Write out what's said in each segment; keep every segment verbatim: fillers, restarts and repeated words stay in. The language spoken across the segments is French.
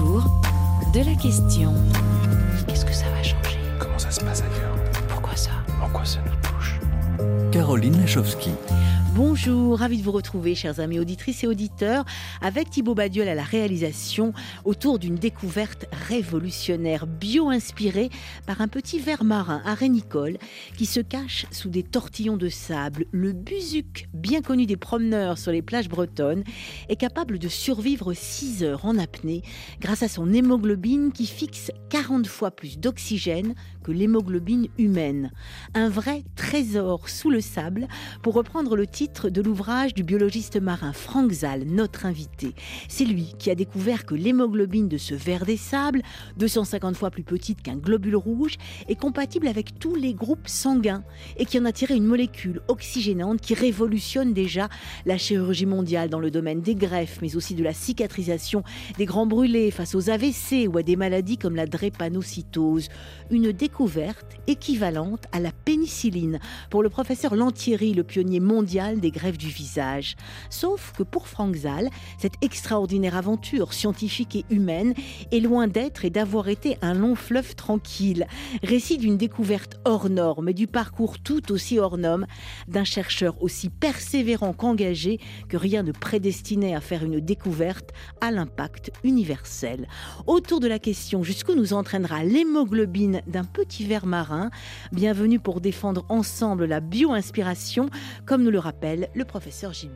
retour de la question. Qu'est-ce que ça va changer? Comment ça se passe ailleurs? Pourquoi ça? En quoi ça nous touche? Caroline Lachowski. Bonjour, ravi de vous retrouver, chers amis auditrices et auditeurs, avec Thibaut Badiol à la réalisation, autour d'une découverte révolutionnaire, bio-inspirée par un petit ver marin arénicole qui se cache sous des tortillons de sable. Le buzuc, bien connu des promeneurs sur les plages bretonnes, est capable de survivre six heures en apnée grâce à son hémoglobine qui fixe quarante fois plus d'oxygène que l'hémoglobine humaine. Un vrai trésor sous le sable, pour reprendre le titre de l'ouvrage du biologiste marin Franck Zahl, notre invité. C'est lui qui a découvert que l'hémoglobine de ce ver des sables, deux cent cinquante fois plus petite qu'un globule rouge, est compatible avec tous les groupes sanguins et qui en a tiré une molécule oxygénante qui révolutionne déjà la chirurgie mondiale dans le domaine des greffes, mais aussi de la cicatrisation des grands brûlés face aux A V C ou à des maladies comme la drépanocytose. Une découverte équivalente à la pénicilline pour le professeur Lantieri, le pionnier mondial des greffes du visage. Sauf que pour Franck Zahl, cette extraordinaire aventure scientifique et humaine est loin d'être et d'avoir été un long fleuve tranquille. Récit d'une découverte hors norme et du parcours tout aussi hors norme d'un chercheur aussi persévérant qu'engagé que rien ne prédestinait à faire une découverte à l'impact universel. Autour de la question jusqu'où nous entraînera l'hémoglobine d'un petit ver marin, bienvenue pour défendre ensemble la bio-inspiration, comme nous le rappelle le professeur Gilles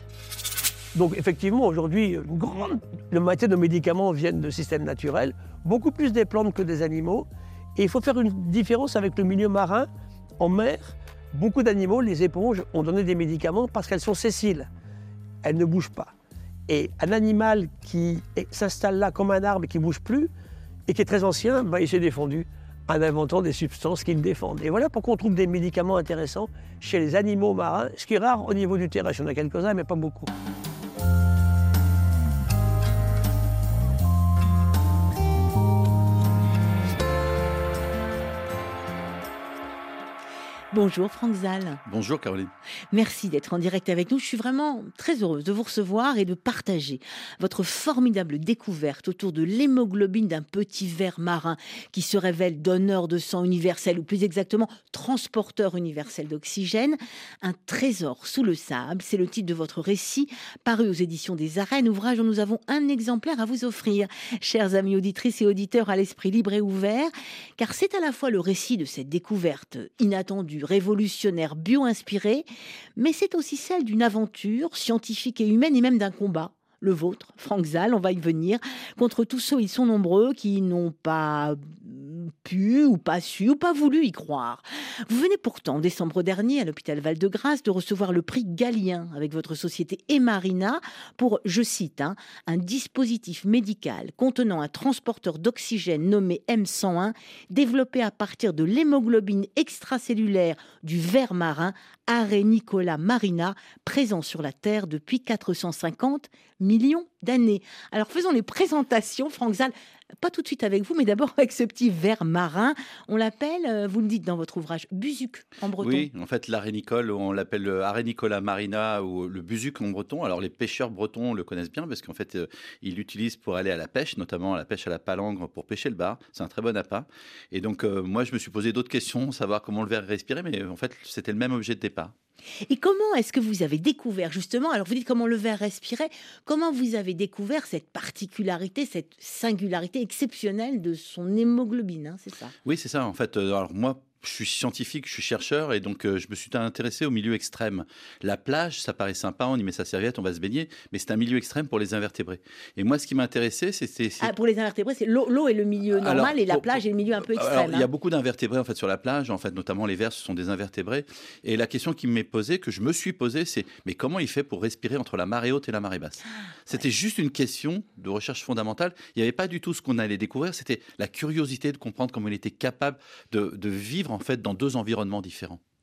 Boeuf. Donc effectivement, aujourd'hui, une grande la moitié de nos médicaments viennent de systèmes naturels, beaucoup plus des plantes que des animaux. Et il faut faire une différence avec le milieu marin. En mer, beaucoup d'animaux, les éponges, ont donné des médicaments parce qu'elles sont sessiles. Elles ne bougent pas. Et un animal qui s'installe là comme un arbre et qui ne bouge plus, et qui est très ancien, bah, il s'est défendu en inventant des substances qui le défendent. Et voilà pourquoi on trouve des médicaments intéressants chez les animaux marins, ce qui est rare au niveau du terrestre. Il y en a quelques-uns, mais pas beaucoup. Bonjour Franck Zahl. Bonjour Caroline. Merci d'être en direct avec nous. Je suis vraiment très heureuse de vous recevoir et de partager votre formidable découverte autour de l'hémoglobine d'un petit ver marin qui se révèle donneur de sang universel, ou plus exactement transporteur universel d'oxygène. Un trésor sous le sable, c'est le titre de votre récit paru aux éditions des Arènes, ouvrage dont nous avons un exemplaire à vous offrir, chers amis auditrices et auditeurs à l'esprit libre et ouvert, car c'est à la fois le récit de cette découverte inattendue, révolutionnaire, bio-inspirée, mais c'est aussi celle d'une aventure scientifique et humaine et même d'un combat. Le vôtre, Franck Zahl, on va y venir, contre tous ceux, ils sont nombreux, qui n'ont pas pu ou pas su ou pas voulu y croire. Vous venez pourtant, en décembre dernier, à l'hôpital Val-de-Grâce, de recevoir le prix Galien avec votre société Emarina pour, je cite, hein, un dispositif médical contenant un transporteur d'oxygène nommé M cent un, développé à partir de l'hémoglobine extracellulaire du ver marin Arénicola marina, présent sur la Terre depuis quatre cent cinquante millions d'années. Alors faisons les présentations, Franck Zahl, pas tout de suite avec vous, mais d'abord avec ce petit ver marin. On l'appelle, vous le dites dans votre ouvrage, buzuc en breton. Oui, en fait, l'arénicole, on l'appelle Arénicola marina ou le buzuc en breton. Alors les pêcheurs bretons le connaissent bien parce qu'en fait, euh, ils l'utilisent pour aller à la pêche, notamment à la pêche à la palangre pour pêcher le bar. C'est un très bon appât. Et donc, euh, moi, je me suis posé d'autres questions, savoir comment le ver respirait, mais en fait, c'était le même objet de départ. Et comment est-ce que vous avez découvert justement, alors vous dites comment le ver respirait, comment vous avez découvert cette particularité, cette singularité exceptionnelle de son hémoglobine, hein, c'est ça? Oui, c'est ça. En fait, euh, alors moi, je suis scientifique, je suis chercheur et donc euh, je me suis intéressé au milieu extrême. La plage, ça paraît sympa, on y met sa serviette, on va se baigner, mais c'est un milieu extrême pour les invertébrés. Et moi, ce qui m'intéressait, c'était... Ah, pour les invertébrés, c'est l'eau, l'eau est le milieu normal. Alors, et la pour, plage est le milieu un peu extrême. Alors, hein. Il y a beaucoup d'invertébrés en fait sur la plage, en fait, notamment les vers, ce sont des invertébrés. Et la question qui m'est posée, que je me suis posée, c'est mais comment il fait pour respirer entre la marée haute et la marée basse? ah, C'était ouais. juste une question de recherche fondamentale. Il n'y avait pas du tout ce qu'on allait découvrir, c'était la curiosité de comprendre comment il était capable de, de vivre en fait dans deux environnements différents.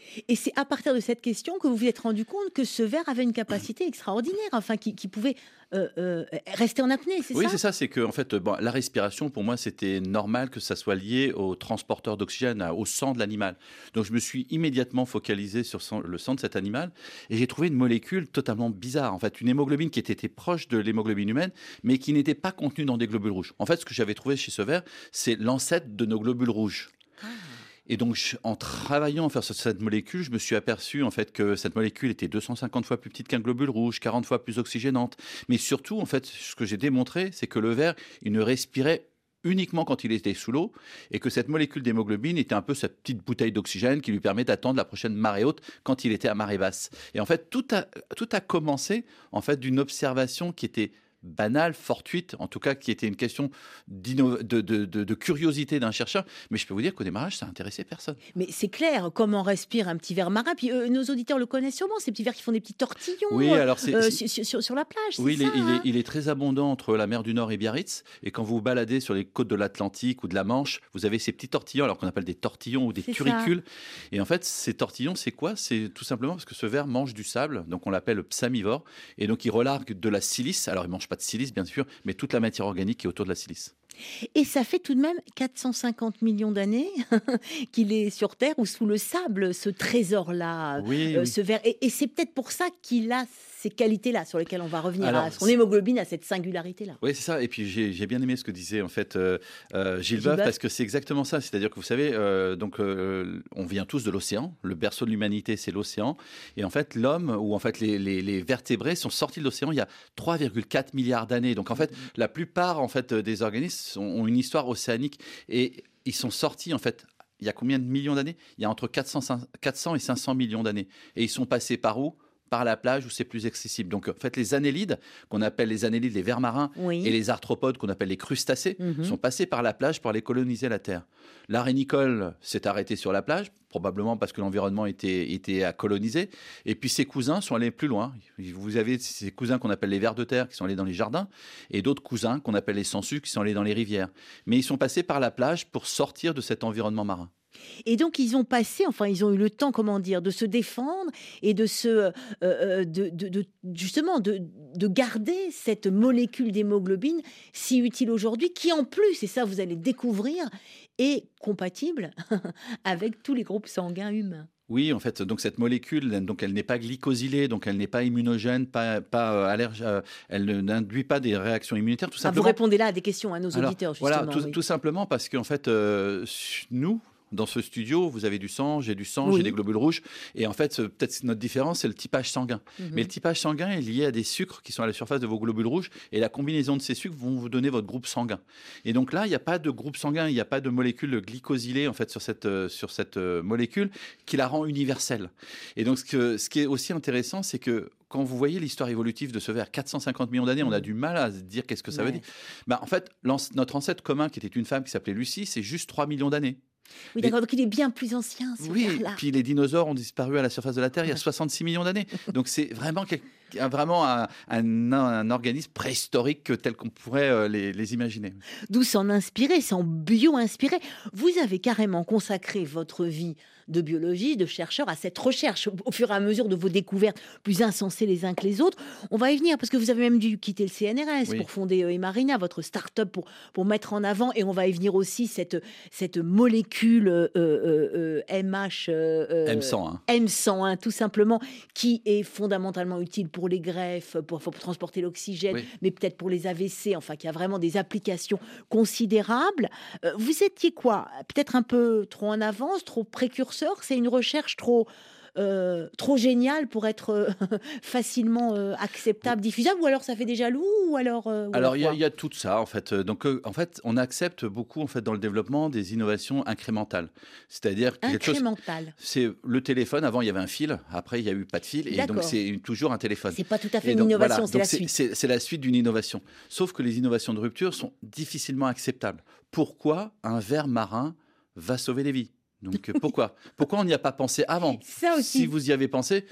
Et c'est à partir de cette question que vous vous êtes rendu compte que ce verre avait une capacité extraordinaire, enfin, qui, qui pouvait euh, euh, rester en apnée, c'est Oui, ça? c'est ça. C'est que en fait, bon, la respiration, pour moi, c'était normal que ça soit lié au transporteur d'oxygène, à- au sang de l'animal. Donc, je me suis immédiatement focalisé sur sang- le sang de cet animal et j'ai trouvé une molécule totalement bizarre. En fait, une hémoglobine qui était était proche de l'hémoglobine humaine, mais qui n'était pas contenue dans des globules rouges. En fait, ce que j'avais trouvé chez ce ver, c'est l'ancêtre de nos globules rouges. Ah. Et donc, je- en travaillant en fait, sur cette molécule, je me suis aperçu en fait que cette molécule était deux cent cinquante fois plus petite qu'un globule rouge, quarante fois plus oxygénante. Mais surtout, en fait, ce que j'ai démontré, c'est que le ver, il ne respirait uniquement quand il était sous l'eau et que cette molécule d'hémoglobine était un peu cette petite bouteille d'oxygène qui lui permet d'attendre la prochaine marée haute quand il était à marée basse. Et en fait, tout a, tout a commencé en fait d'une observation qui était banale, fortuite, en tout cas qui était une question d'inno- de, de- de- de curiosité d'un chercheur. Mais je peux vous dire qu'au démarrage, ça intéressait personne. Mais c'est clair, comment respire un petit ver marin. Puis euh, nos auditeurs le connaissent sûrement, ces petits vers qui font des petits tortillons Oui, euh, alors c'est... euh, c'est- sur, sur- sur la plage. Oui, c'est il est, ça, il, est, hein il est très abondant entre la mer du Nord et Biarritz. Et quand vous vous baladez sur les côtes de l'Atlantique ou de la Manche, vous avez ces petits tortillons, alors qu'on appelle des tortillons ou des C'est ça. turicules. Et en fait, ces tortillons, c'est quoi? C'est tout simplement parce que ce ver mange du sable, donc on l'appelle psamivore. Et donc il relargue de la silice. Alors il ne mange pas de silice, bien sûr, mais toute la matière organique qui est autour de la silice. Et ça fait tout de même quatre cent cinquante millions d'années qu'il est sur Terre ou sous le sable, ce trésor-là, Oui, euh, oui. ce ver. Et, et c'est peut-être pour ça qu'il a ces qualités-là sur lesquelles on va revenir. Alors, à son c'est- hémoglobine, à cette singularité-là. Oui, c'est ça. Et puis j'ai j'ai bien aimé ce que disait en fait euh, euh, Gilles Gilles Boeuf, Boeuf. parce que c'est exactement ça. C'est-à-dire que vous savez, euh, donc euh, on vient tous de l'océan. Le berceau de l'humanité, c'est l'océan. Et en fait, l'homme ou en fait les, les- les vertébrés sont sortis de l'océan il y a trois virgule quatre milliards d'années. Donc en fait, la plupart en fait des organismes ont une histoire océanique et ils sont sortis en fait. Il y a combien de millions d'années? Il y a entre quatre cents, quatre cents et cinq cents millions d'années. Et ils sont passés par où? Par la plage où c'est plus accessible. Donc en fait, les annélides, qu'on appelle les annélides, les vers marins, Oui. et les arthropodes, qu'on appelle les crustacés, Mhm. sont passés par la plage pour aller coloniser la Terre. L'arénicole s'est arrêté sur la plage, probablement parce que l'environnement était, était à coloniser. Et puis ses cousins sont allés plus loin. Vous avez ces cousins qu'on appelle les vers de terre qui sont allés dans les jardins, et d'autres cousins qu'on appelle les sangsues qui sont allés dans les rivières. Mais ils sont passés par la plage pour sortir de cet environnement marin. Et donc ils ont passé, enfin ils ont eu le temps, comment dire, de se défendre et de se, euh, euh, de, de- de- justement, de, de garder cette molécule d'hémoglobine si utile aujourd'hui, qui en plus, et ça vous allez découvrir, est compatible avec tous les groupes sanguins humains. Oui, en fait, donc cette molécule, donc elle n'est pas glycosylée, donc elle n'est pas immunogène, pas, pas euh, allerg- euh, elle ne- n'induit pas des réactions immunitaires, tout Ah, vous simplement. répondez là à des questions à nos Alors, auditeurs, justement. voilà, tout, oui. tout simplement parce qu'en fait, euh, nous, dans ce studio, vous avez du sang, j'ai du sang, Oui. j'ai des globules rouges. Et en fait, euh, peut-être notre différence, c'est le typage sanguin. Mhm. Mais le typage sanguin est lié à des sucres qui sont à la surface de vos globules rouges. Et la combinaison de ces sucres vont vous donner votre groupe sanguin. Et donc là, il n'y a pas de groupe sanguin, il n'y a pas de molécule glycosylée en fait, sur cette, euh, sur cette euh, molécule qui la rend universelle. Et donc, ce, que, ce qui est aussi intéressant, c'est que quand vous voyez l'histoire évolutive de ce ver, quatre cent cinquante millions d'années, on a du mal à se dire qu'est-ce que ça veut Ouais. dire. Bah, en fait, l'anc- notre ancêtre commun, qui était une femme qui s'appelait Lucie, c'est juste trois millions d'années. Oui, d'accord, donc il est bien plus ancien, ce Oui, verre-là. puis les dinosaures ont disparu à la surface de la Terre il y a soixante-six millions d'années. Donc c'est vraiment, quel- un, vraiment un, un- un organisme préhistorique tel qu'on pourrait euh, les, les imaginer. D'où s'en inspirer, s'en bio-inspirer. Vous avez carrément consacré votre vie de biologie, de chercheur, à cette recherche au fur et à mesure de vos découvertes plus insensées les uns que les autres. On va y venir parce que vous avez même dû quitter le C N R S Oui. pour fonder euh, Emarina, votre start-up pour, pour mettre en avant, et on va y venir aussi, cette, cette molécule euh, euh, euh, M H... euh, euh, M cent un. M cent un, tout simplement, qui est fondamentalement utile pour les greffes, pour, pour transporter l'oxygène, Oui. mais peut-être pour les A V C, enfin, qui a vraiment des applications considérables. Euh, vous étiez quoi? Peut-être un peu trop en avance, trop précurseur? C'est une recherche trop... euh, trop géniale pour être euh, facilement euh, acceptable, diffusable, ou alors ça fait déjà loup, ou alors euh, ou Alors il y, a- quoi il y a tout ça en fait. Euh, Donc euh, en fait, on accepte beaucoup en fait dans le développement des innovations incrémentales. C'est-à-dire que quelque chose. incrémental. C'est le téléphone. Avant, il y avait un fil. Après, il y a eu pas de fil. Et donc D'accord. c'est toujours un téléphone. C'est pas tout à fait Et une donc, innovation, voilà. c'est Donc, la suite. C'est c'est la suite d'une innovation. Sauf que les innovations de rupture sont difficilement acceptables. Pourquoi un ver marin va sauver des vies? Donc euh, pourquoi Pourquoi on n'y a pas pensé avant? Ça aussi. Si vous y avez pensé,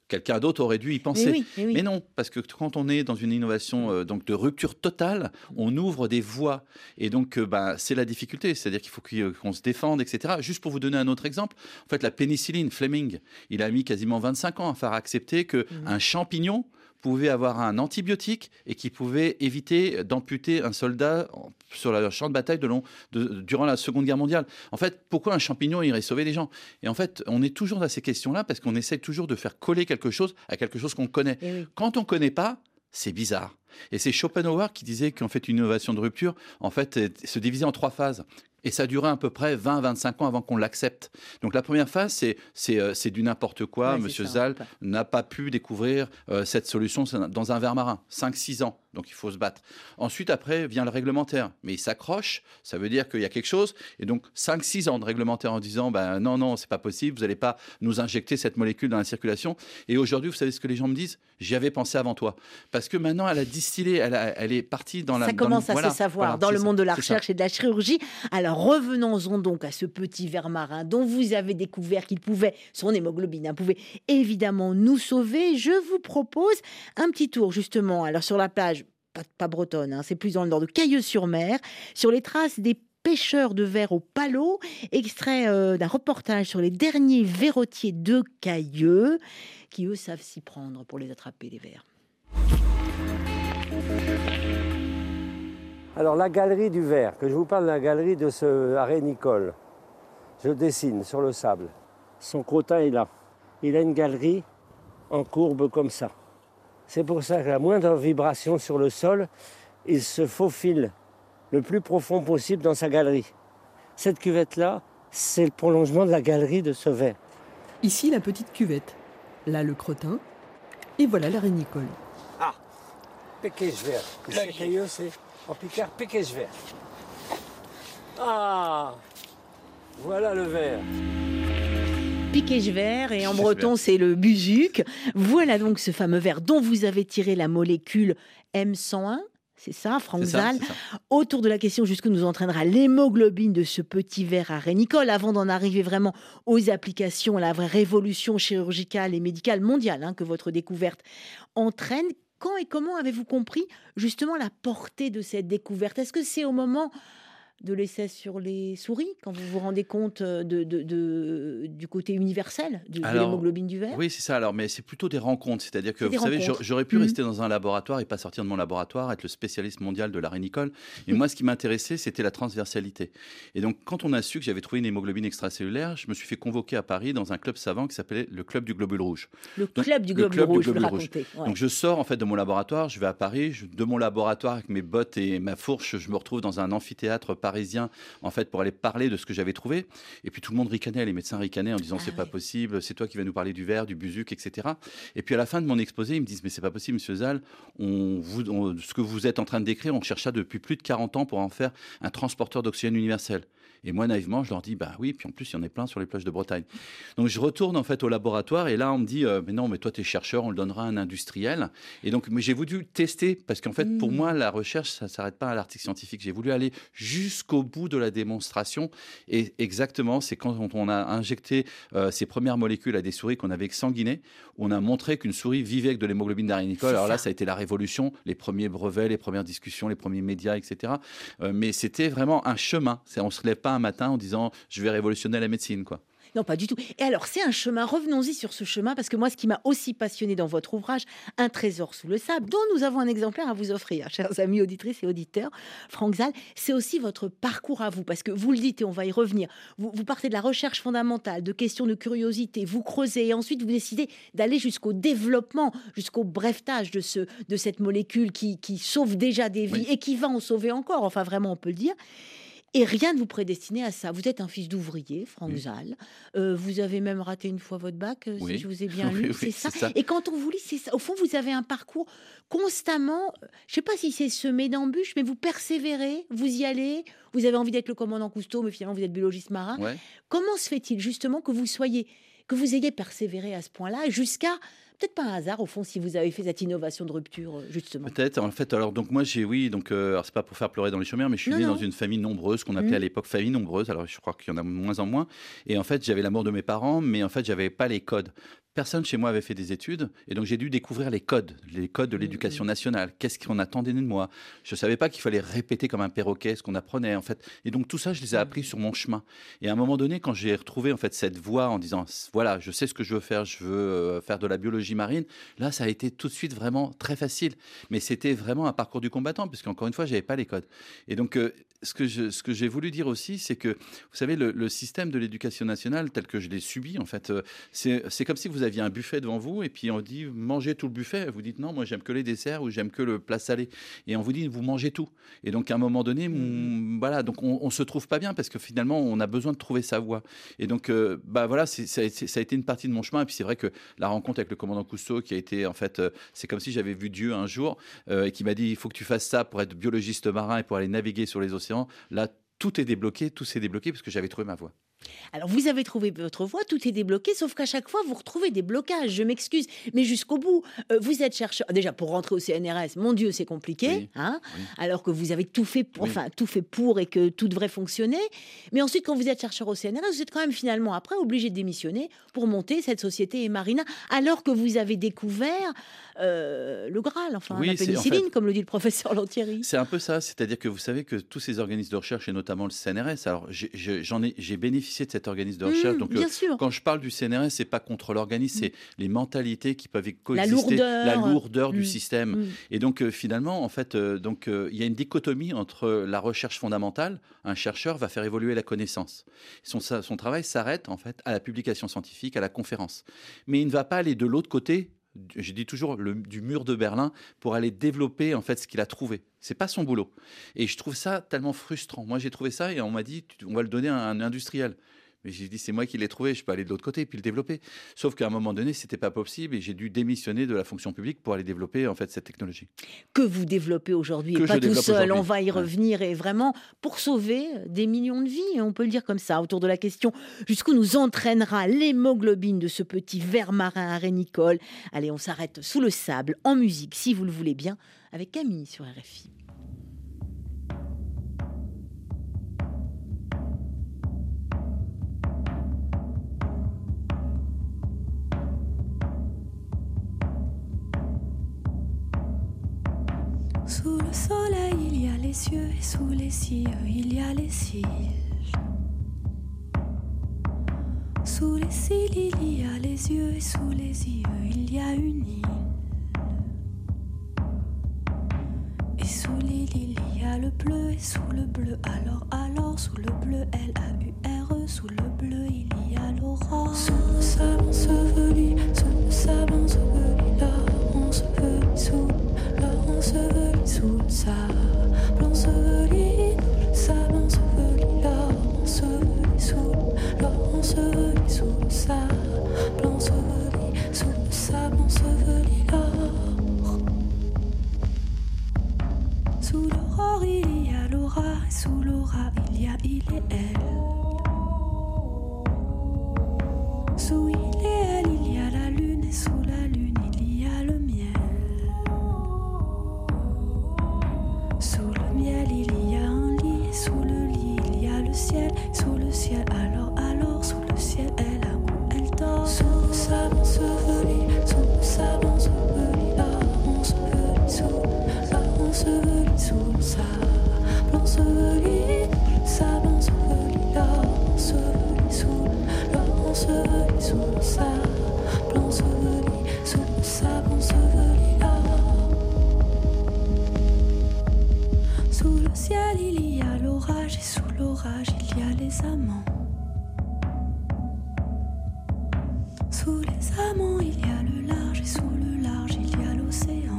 Quelqu'un d'autre aurait dû y penser. Mais, oui, mais, oui. mais non, parce que quand on est dans une innovation euh, donc de rupture totale, on ouvre des voies. Et donc, euh, bah, c'est la difficulté. C'est-à-dire qu'il faut qu'on se défende, et cetera. Juste pour vous donner un autre exemple, en fait, la pénicilline, Fleming, il a mis quasiment vingt-cinq ans à faire accepter qu'un mmh. champignon pouvait avoir un antibiotique et qui pouvait éviter d'amputer un soldat sur le champ de bataille de long, de, durant la Seconde Guerre mondiale. En fait, pourquoi un champignon irait sauver des gens? Et en fait, on est toujours dans ces questions-là parce qu'on essaie toujours de faire coller quelque chose à quelque chose qu'on connaît. Oui. Quand on ne connaît pas, c'est bizarre. Et c'est Schopenhauer qui disait qu'en fait, une innovation de rupture, en fait, se divisait en trois phases. Et ça durait à peu près vingt à vingt-cinq ans avant qu'on l'accepte. Donc la première phase, c'est, c'est, euh, c'est du n'importe quoi. Ouais, Monsieur Zal n'a pas pu découvrir euh, cette solution dans un verre marin. cinq six ans. Donc il faut se battre. Ensuite, après, vient le réglementaire. Mais il s'accroche, ça veut dire qu'il y a quelque chose. Et donc cinq six ans de réglementaire en disant ben, non, non, c'est pas possible, vous n'allez pas nous injecter cette molécule dans la circulation. Et aujourd'hui, vous savez ce que les gens me disent? J'y avais pensé avant toi. Parce que maintenant, elle a distillé, elle, a, elle est partie dans la... Ça commence dans le, à voilà, se savoir voilà, dans le ça, monde de la recherche et de la chirurgie. Alors revenons-en donc à ce petit ver marin dont vous avez découvert qu'il pouvait, son hémoglobine, hein, pouvait évidemment nous sauver. Je vous propose un petit tour justement alors sur la plage, pas, pas bretonne, hein, c'est plus dans le nord de Cayeux-sur-Mer, sur les traces des pêcheurs de vers au palot, extrait euh, d'un reportage sur les derniers verrotiers de Cayeux, qui eux savent s'y prendre pour les attraper les vers. Alors la galerie du ver, que je vous parle de la galerie de ce arénicole, je le dessine sur le sable. Son crottin est là. Il a une galerie en courbe comme ça. C'est pour ça que la moindre vibration sur le sol, il se faufile le plus profond possible dans sa galerie. Cette cuvette-là, c'est le prolongement de la galerie de ce ver. Ici, la petite cuvette. Là, le crottin. Et voilà l'arénicole. Ah, Péquèche-Ver. Le Cailleux, c'est en picard Péquèche-Ver. Ah, voilà le ver. Piquet-Ver et en breton c'est le buzuc. Voilà donc ce fameux ver dont vous avez tiré la molécule M cent un. C'est ça, Franck Zal. Autour de la question jusqu'où nous entraînera l'hémoglobine de ce petit ver arénicole, avant d'en arriver vraiment aux applications, à la vraie révolution chirurgicale et médicale mondiale hein, que votre découverte entraîne. Quand et comment avez-vous compris justement la portée de cette découverte? Est-ce que c'est au moment de l'essai sur les souris, quand vous vous rendez compte de, de, de, du côté universel de, alors, de l'hémoglobine du ver? Oui, c'est ça. Alors, mais c'est plutôt des rencontres. C'est-à-dire que, vous savez, j'aurais pu mmh. rester dans un laboratoire et pas sortir de mon laboratoire, être le spécialiste mondial de l'arénicole. Et mmh. moi, ce qui m'intéressait, c'était la transversalité. Et donc, quand on a su que j'avais trouvé une hémoglobine extracellulaire, je me suis fait convoquer à Paris dans un club savant qui s'appelait le Club du Globule Rouge. Le donc, Club du Globule club Rouge, du Globule Rouge. Ouais. Donc, je sors en fait de mon laboratoire, je vais à Paris. Je, de mon laboratoire, avec mes bottes et ma fourche, je me retrouve dans un amphithéâtre parisien en fait, pour aller parler de ce que j'avais trouvé. Et puis tout le monde ricanait, les médecins ricanaient en disant ah, c'est oui. pas possible, c'est toi qui vas nous parler du ver, du buzuc, et cetera. Et puis à la fin de mon exposé, ils me disent mais c'est pas possible, monsieur Zal, on, vous, on, ce que vous êtes en train de décrire, on cherche ça depuis plus de quarante ans pour en faire un transporteur d'oxygène universel. Et moi, naïvement, je leur dis, bah oui, puis en plus, il y en a plein sur les plages de Bretagne. Donc, je retourne en fait au laboratoire et là, on me dit, euh, mais non, mais toi, tu es chercheur, on le donnera à un industriel. Et donc, mais j'ai voulu tester parce qu'en fait, mmh. pour moi, la recherche, ça ne s'arrête pas à l'article scientifique. J'ai voulu aller jusqu'au bout de la démonstration. Et exactement, c'est quand on a injecté euh, ces premières molécules à des souris qu'on avait exsanguinées, on a montré qu'une souris vivait avec de l'hémoglobine d'arénicole. Alors là, ça a été la révolution, les premiers brevets, les premières discussions, les premiers médias, et cetera. Euh, mais c'était vraiment un chemin. C'est, on ne se lève pas un matin en disant je vais révolutionner la médecine, quoi. Non, pas du tout. Et alors, c'est un chemin, revenons-y sur ce chemin, parce que moi, ce qui m'a aussi passionné dans votre ouvrage, Un trésor sous le sable, dont nous avons un exemplaire à vous offrir, chers amis auditrices et auditeurs, Franck Zal, c'est aussi votre parcours à vous, parce que vous le dites, et on va y revenir, vous, vous partez de la recherche fondamentale, de questions de curiosité, vous creusez, et ensuite vous décidez d'aller jusqu'au développement, jusqu'au brevetage de, ce, de cette molécule qui, qui sauve déjà des vies, oui. et qui va en sauver encore, enfin vraiment, on peut le dire. Et rien ne vous prédestinait à ça. Vous êtes un fils d'ouvrier, Franck oui. Zal. Euh, vous avez même raté une fois votre bac, oui. si je vous ai bien lu. Oui, c'est, oui, ça. c'est ça. Et quand on vous lit, c'est ça. Au fond, vous avez un parcours constamment, je ne sais pas si c'est semé d'embûches, mais vous persévérez, vous y allez. Vous avez envie d'être le commandant Cousteau, mais finalement, vous êtes biologiste marin. Ouais. Comment se fait-il, justement, que vous soyez, que vous ayez persévéré à ce point-là, jusqu'à... Peut-être pas un hasard, au fond, si vous avez fait cette innovation de rupture, justement. Peut-être. En fait, alors, donc, moi, j'ai, oui, donc, euh, alors, c'est pas pour faire pleurer dans les chaumières, mais je suis non, né non. dans une famille nombreuse, qu'on appelait mmh. à l'époque famille nombreuse. Alors, je crois qu'il y en a de moins en moins. Et en fait, j'avais l'amour de mes parents, mais en fait, j'avais pas les codes. personne chez moi avait fait des études, et donc j'ai dû découvrir les codes, les codes de l'éducation nationale. Qu'est-ce qu'on attendait de moi? Je ne savais pas qu'il fallait répéter comme un perroquet ce qu'on apprenait, en fait. Et donc tout ça, je les ai appris sur mon chemin. Et à un moment donné, quand j'ai retrouvé en fait cette voie en disant, voilà, je sais ce que je veux faire, je veux euh, faire de la biologie marine, là, ça a été tout de suite vraiment très facile. Mais c'était vraiment un parcours du combattant, parce qu'encore une fois, je n'avais pas les codes. Et donc, euh, ce que je, ce que j'ai voulu dire aussi, c'est que, vous savez, le, le système de l'éducation nationale, tel que je l'ai subi, en fait, euh, c'est, c'est comme si vous aviez un buffet devant vous, et puis on dit, mangez tout le buffet. Vous dites, non, moi, j'aime que les desserts, ou j'aime que le plat salé. Et on vous dit, vous mangez tout. Et donc, à un moment donné, mmh. on, voilà, donc on ne se trouve pas bien, parce que finalement, on a besoin de trouver sa voie. Et donc, euh, bah, voilà, c'est, c'est, c'est, ça a été une partie de mon chemin. Et puis, c'est vrai que la rencontre avec le commandant Cousteau, qui a été, en fait, euh, c'est comme si j'avais vu Dieu un jour, euh, et qui m'a dit, il faut que tu fasses ça pour être biologiste marin et pour aller naviguer sur les océans. Là, tout est débloqué, tout s'est débloqué parce que j'avais trouvé ma voie. Alors, vous avez trouvé votre voie, tout est débloqué, sauf qu'à chaque fois, vous retrouvez des blocages. Je m'excuse, mais jusqu'au bout, euh, vous êtes chercheur. Déjà, pour rentrer au C N R S, mon Dieu, c'est compliqué, oui, hein, oui. alors que vous avez tout fait, pour, Oui. enfin, tout fait pour et que tout devrait fonctionner. Mais ensuite, quand vous êtes chercheur au C N R S, vous êtes quand même finalement après obligé de démissionner pour monter cette société Emarina, alors que vous avez découvert euh, le Graal, enfin, Oui, la c'est- pénicilline, en fait- comme le dit le professeur Lantieri. C'est un peu ça, c'est-à-dire que vous savez que tous ces organismes de recherche, et notamment le C N R S, alors j'ai, j'ai- j'en ai, j'ai bénéficié de cet organisme de recherche. Mmh, donc, bien euh, sûr. quand je parle du C N R S, c'est pas contre l'organisme, c'est les mentalités qui peuvent coexister, lourdeur. la lourdeur Mmh, du système. mmh. Et donc euh, finalement, en fait, euh, donc euh, il y a une dichotomie entre la recherche fondamentale. Un chercheur va faire évoluer la connaissance. Son, sa- son travail s'arrête en fait à la publication scientifique, à la conférence. Mais il ne va pas aller de l'autre côté. Je dis toujours le, du mur de Berlin pour aller développer en fait ce qu'il a trouvé. C'est pas son boulot. Et je trouve ça tellement frustrant. Moi, j'ai trouvé ça et on m'a dit, tu- on va le donner à un industriel. Mais j'ai dit, c'est moi qui l'ai trouvé, je peux aller de l'autre côté et puis le développer. Sauf qu'à un moment donné, c'était pas possible et j'ai dû démissionner de la fonction publique pour aller développer en fait cette technologie. Que vous développez aujourd'hui, Que et je pas tout développe seul. aujourd'hui. On va y Ouais. revenir et vraiment pour sauver des millions de vies, on peut le dire comme ça, autour de la question jusqu'où nous entraînera l'hémoglobine de ce petit ver marin arénicole. Allez, on s'arrête sous le sable en musique, si vous le voulez bien, avec Camille sur R F I. Sous le soleil, il y a les cieux et sous les cieux, il y a les cils. Sous les cils, il y a les yeux et sous les yeux, il y a une île. Et sous l'île, il y a le bleu et sous le bleu, alors, alors, sous le bleu, L A U R E, sous le bleu, il y a l'aurore. Sous le sable enseveli, sous le sable enseveli, là, enseveli, sous, là, enseveli, sous le sable enseveli, le sable enseveli, là, enseveli, sous, là, enseveli, sous le sable enseveli, sous le sable enseveli, là. Sous l'aurore, il y a l'aura, et sous l'aura, il y a il et elle. Sous il et elle, il y a la lune, et sous la lune, il y a le miel. Sous le miel, il y a un lit, et sous le lit, il y a le ciel. Sous le ciel, alors, alors, sous le ciel, elle a où elle dort. Sous le sable enseveli, sous le sable enseveli, là, enseveli, sous, là, enseveli, sous le sable enseveli, le sable enseveli, là, enseveli, sous, là, enseveli, sous le sable enseveli, sous le sable enseveli, là. Sous le ciel, il y a l'orage et sous l'orage, il y a les amants. Sous les amants, il y a le large et sous le large, il y a l'océan.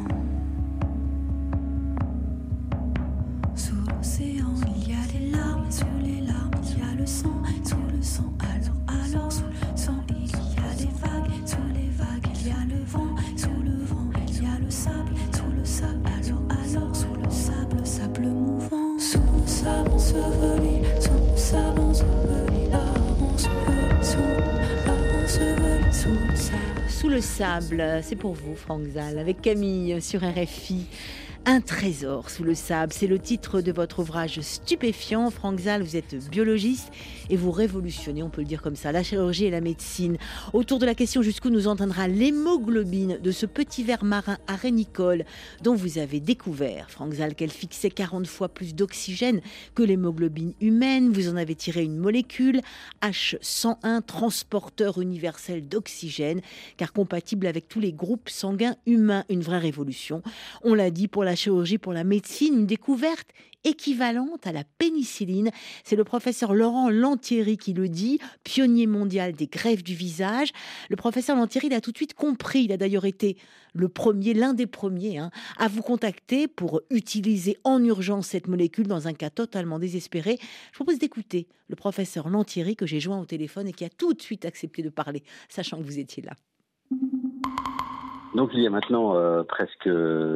Sous l'océan, il y a les larmes et sous les larmes, il y a le sang. Et sous le sang, alors, alors, sous le sang, il y a des vagues. Et sous les vagues, il y a le vent. Et sous le vent, il y a le sable. Et sous le sable, alors, alors, sous le sable, sable mouvant. Sous le sable enseveli, sous le sable enseveli, là, enseveli, sous, là, enseveli, sous le sable. Sous le sable, c'est pour vous, Franck Zal, avec Camille sur R F I. Un trésor sous le sable, c'est le titre de votre ouvrage stupéfiant. Franck Zal, vous êtes biologiste et vous révolutionnez, on peut le dire comme ça, la chirurgie et la médecine. Autour de la question jusqu'où nous entraînera l'hémoglobine de ce petit ver marin arénicole dont vous avez découvert, Franck Zal, qu'elle fixait quarante fois plus d'oxygène que l'hémoglobine humaine. Vous en avez tiré une molécule, H cent un, transporteur universel d'oxygène, car compatible avec tous les groupes sanguins humains. Une vraie révolution. On l'a dit, pour la chirurgie, pour la médecine, une découverte équivalente à la pénicilline. C'est le professeur Laurent Lantieri qui le dit, pionnier mondial des greffes du visage. Le professeur Lantieri l'a tout de suite compris. Il a d'ailleurs été le premier, l'un des premiers, hein, à vous contacter pour utiliser en urgence cette molécule dans un cas totalement désespéré. Je propose d'écouter le professeur Lantieri que j'ai joint au téléphone et qui a tout de suite accepté de parler, sachant que vous étiez là. Donc il y a maintenant euh, presque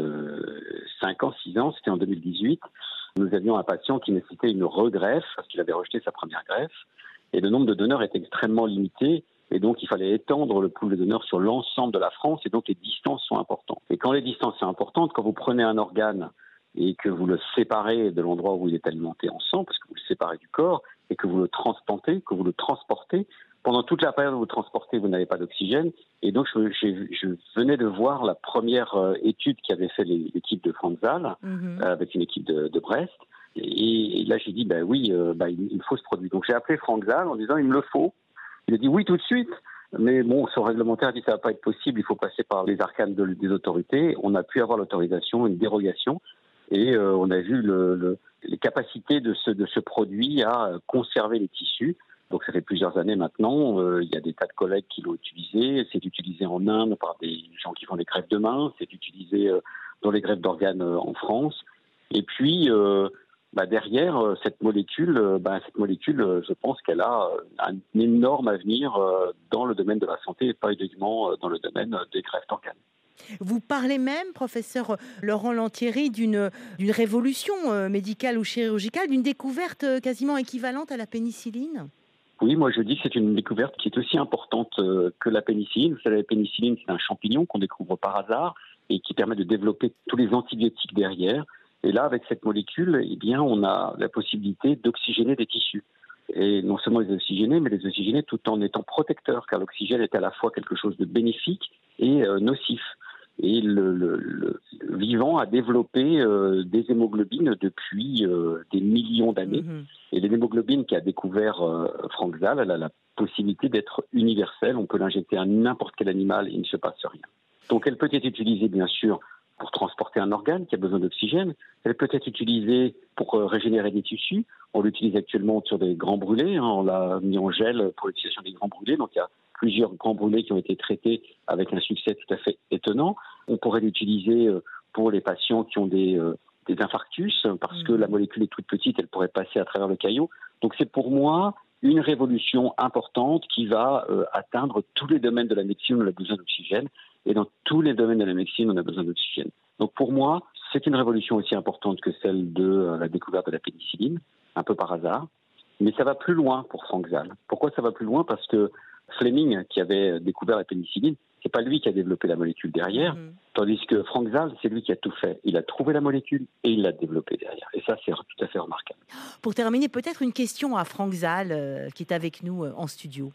cinq ans, six ans, c'était en deux mille dix-huit, nous avions un patient qui nécessitait une regreffe parce qu'il avait rejeté sa première greffe et le nombre de donneurs était extrêmement limité et donc il fallait étendre le pool de donneurs sur l'ensemble de la France et donc les distances sont importantes. Et quand les distances sont importantes, quand vous prenez un organe et que vous le séparez de l'endroit où il est alimenté en sang, parce que vous le séparez du corps et que vous le transplantez, que vous le transportez, pendant toute la période où vous transportez, vous n'avez pas d'oxygène. Et donc, je, je, je venais de voir la première euh, étude qu'avait fait les, l'équipe de Franck Zal, mm-hmm. euh, avec une équipe de, de Brest. Et, et là, j'ai dit, ben oui, euh, ben, il, il me faut ce produit. Donc, j'ai appelé Franck Zal en disant, il me le faut. Il a dit oui tout de suite. Mais bon, son réglementaire a dit, ça ne va pas être possible, il faut passer par les arcanes de, des autorités. On a pu avoir l'autorisation, une dérogation. Et euh, on a vu le, le, les capacités de ce, de ce produit à conserver les tissus. Donc ça fait plusieurs années maintenant, euh, il y a des tas de collègues qui l'ont utilisé, c'est utilisé en Inde par des gens qui font des greffes de mains, c'est utilisé euh, dans les greffes d'organes euh, en France. Et puis euh, bah, derrière euh, cette molécule, euh, bah, cette molécule, euh, je pense qu'elle a euh, un énorme avenir euh, dans le domaine de la santé et pas uniquement euh, dans le domaine des greffes d'organes. Vous parlez même, professeur Laurent Lantieri, d'une, d'une révolution euh, médicale ou chirurgicale, d'une découverte euh, quasiment équivalente à la pénicilline. Oui, moi je dis que c'est une découverte qui est aussi importante euh, que la pénicilline. Vous savez, la pénicilline, c'est un champignon qu'on découvre par hasard et qui permet de développer tous les antibiotiques derrière. Et là, avec cette molécule, eh bien, on a la possibilité d'oxygéner des tissus. Et non seulement les oxygéner, mais les oxygéner tout en étant protecteur, car l'oxygène est à la fois quelque chose de bénéfique et euh, nocif. Et le, le, le vivant a développé euh, des hémoglobines depuis euh, des millions d'années. Mmh. Et l'hémoglobine qu'a découvert euh, Franck Zal, elle a la possibilité d'être universelle. On peut l'injecter à n'importe quel animal et il ne se passe rien. Donc elle peut être utilisée bien sûr pour transporter un organe qui a besoin d'oxygène. Elle peut être utilisée pour euh, régénérer des tissus. On l'utilise actuellement sur des grands brûlés. Hein. On l'a mis en gel pour l'utilisation des grands brûlés. Donc il y a plusieurs grands brûlés qui ont été traités avec un succès tout à fait étonnant. On pourrait l'utiliser pour les patients qui ont des, euh, des infarctus, parce mmh. que la molécule est toute petite, elle pourrait passer à travers le caillot. Donc c'est pour moi une révolution importante qui va euh, atteindre tous les domaines de la médecine où on a besoin d'oxygène, et dans tous les domaines de la médecine on a besoin d'oxygène. Donc pour moi, c'est une révolution aussi importante que celle de euh, la découverte de la pénicilline, un peu par hasard, mais ça va plus loin pour Franck Zal. Pourquoi ça va plus loin ? Parce que Fleming, qui avait découvert la pénicilline, c'est pas lui qui a développé la molécule derrière, mmh. tandis que Franck Zal, c'est lui qui a tout fait. Il a trouvé la molécule et il l'a développée derrière. Et ça, c'est tout à fait remarquable. Pour terminer, peut-être une question à Franck Zal, euh, qui est avec nous euh, en studio.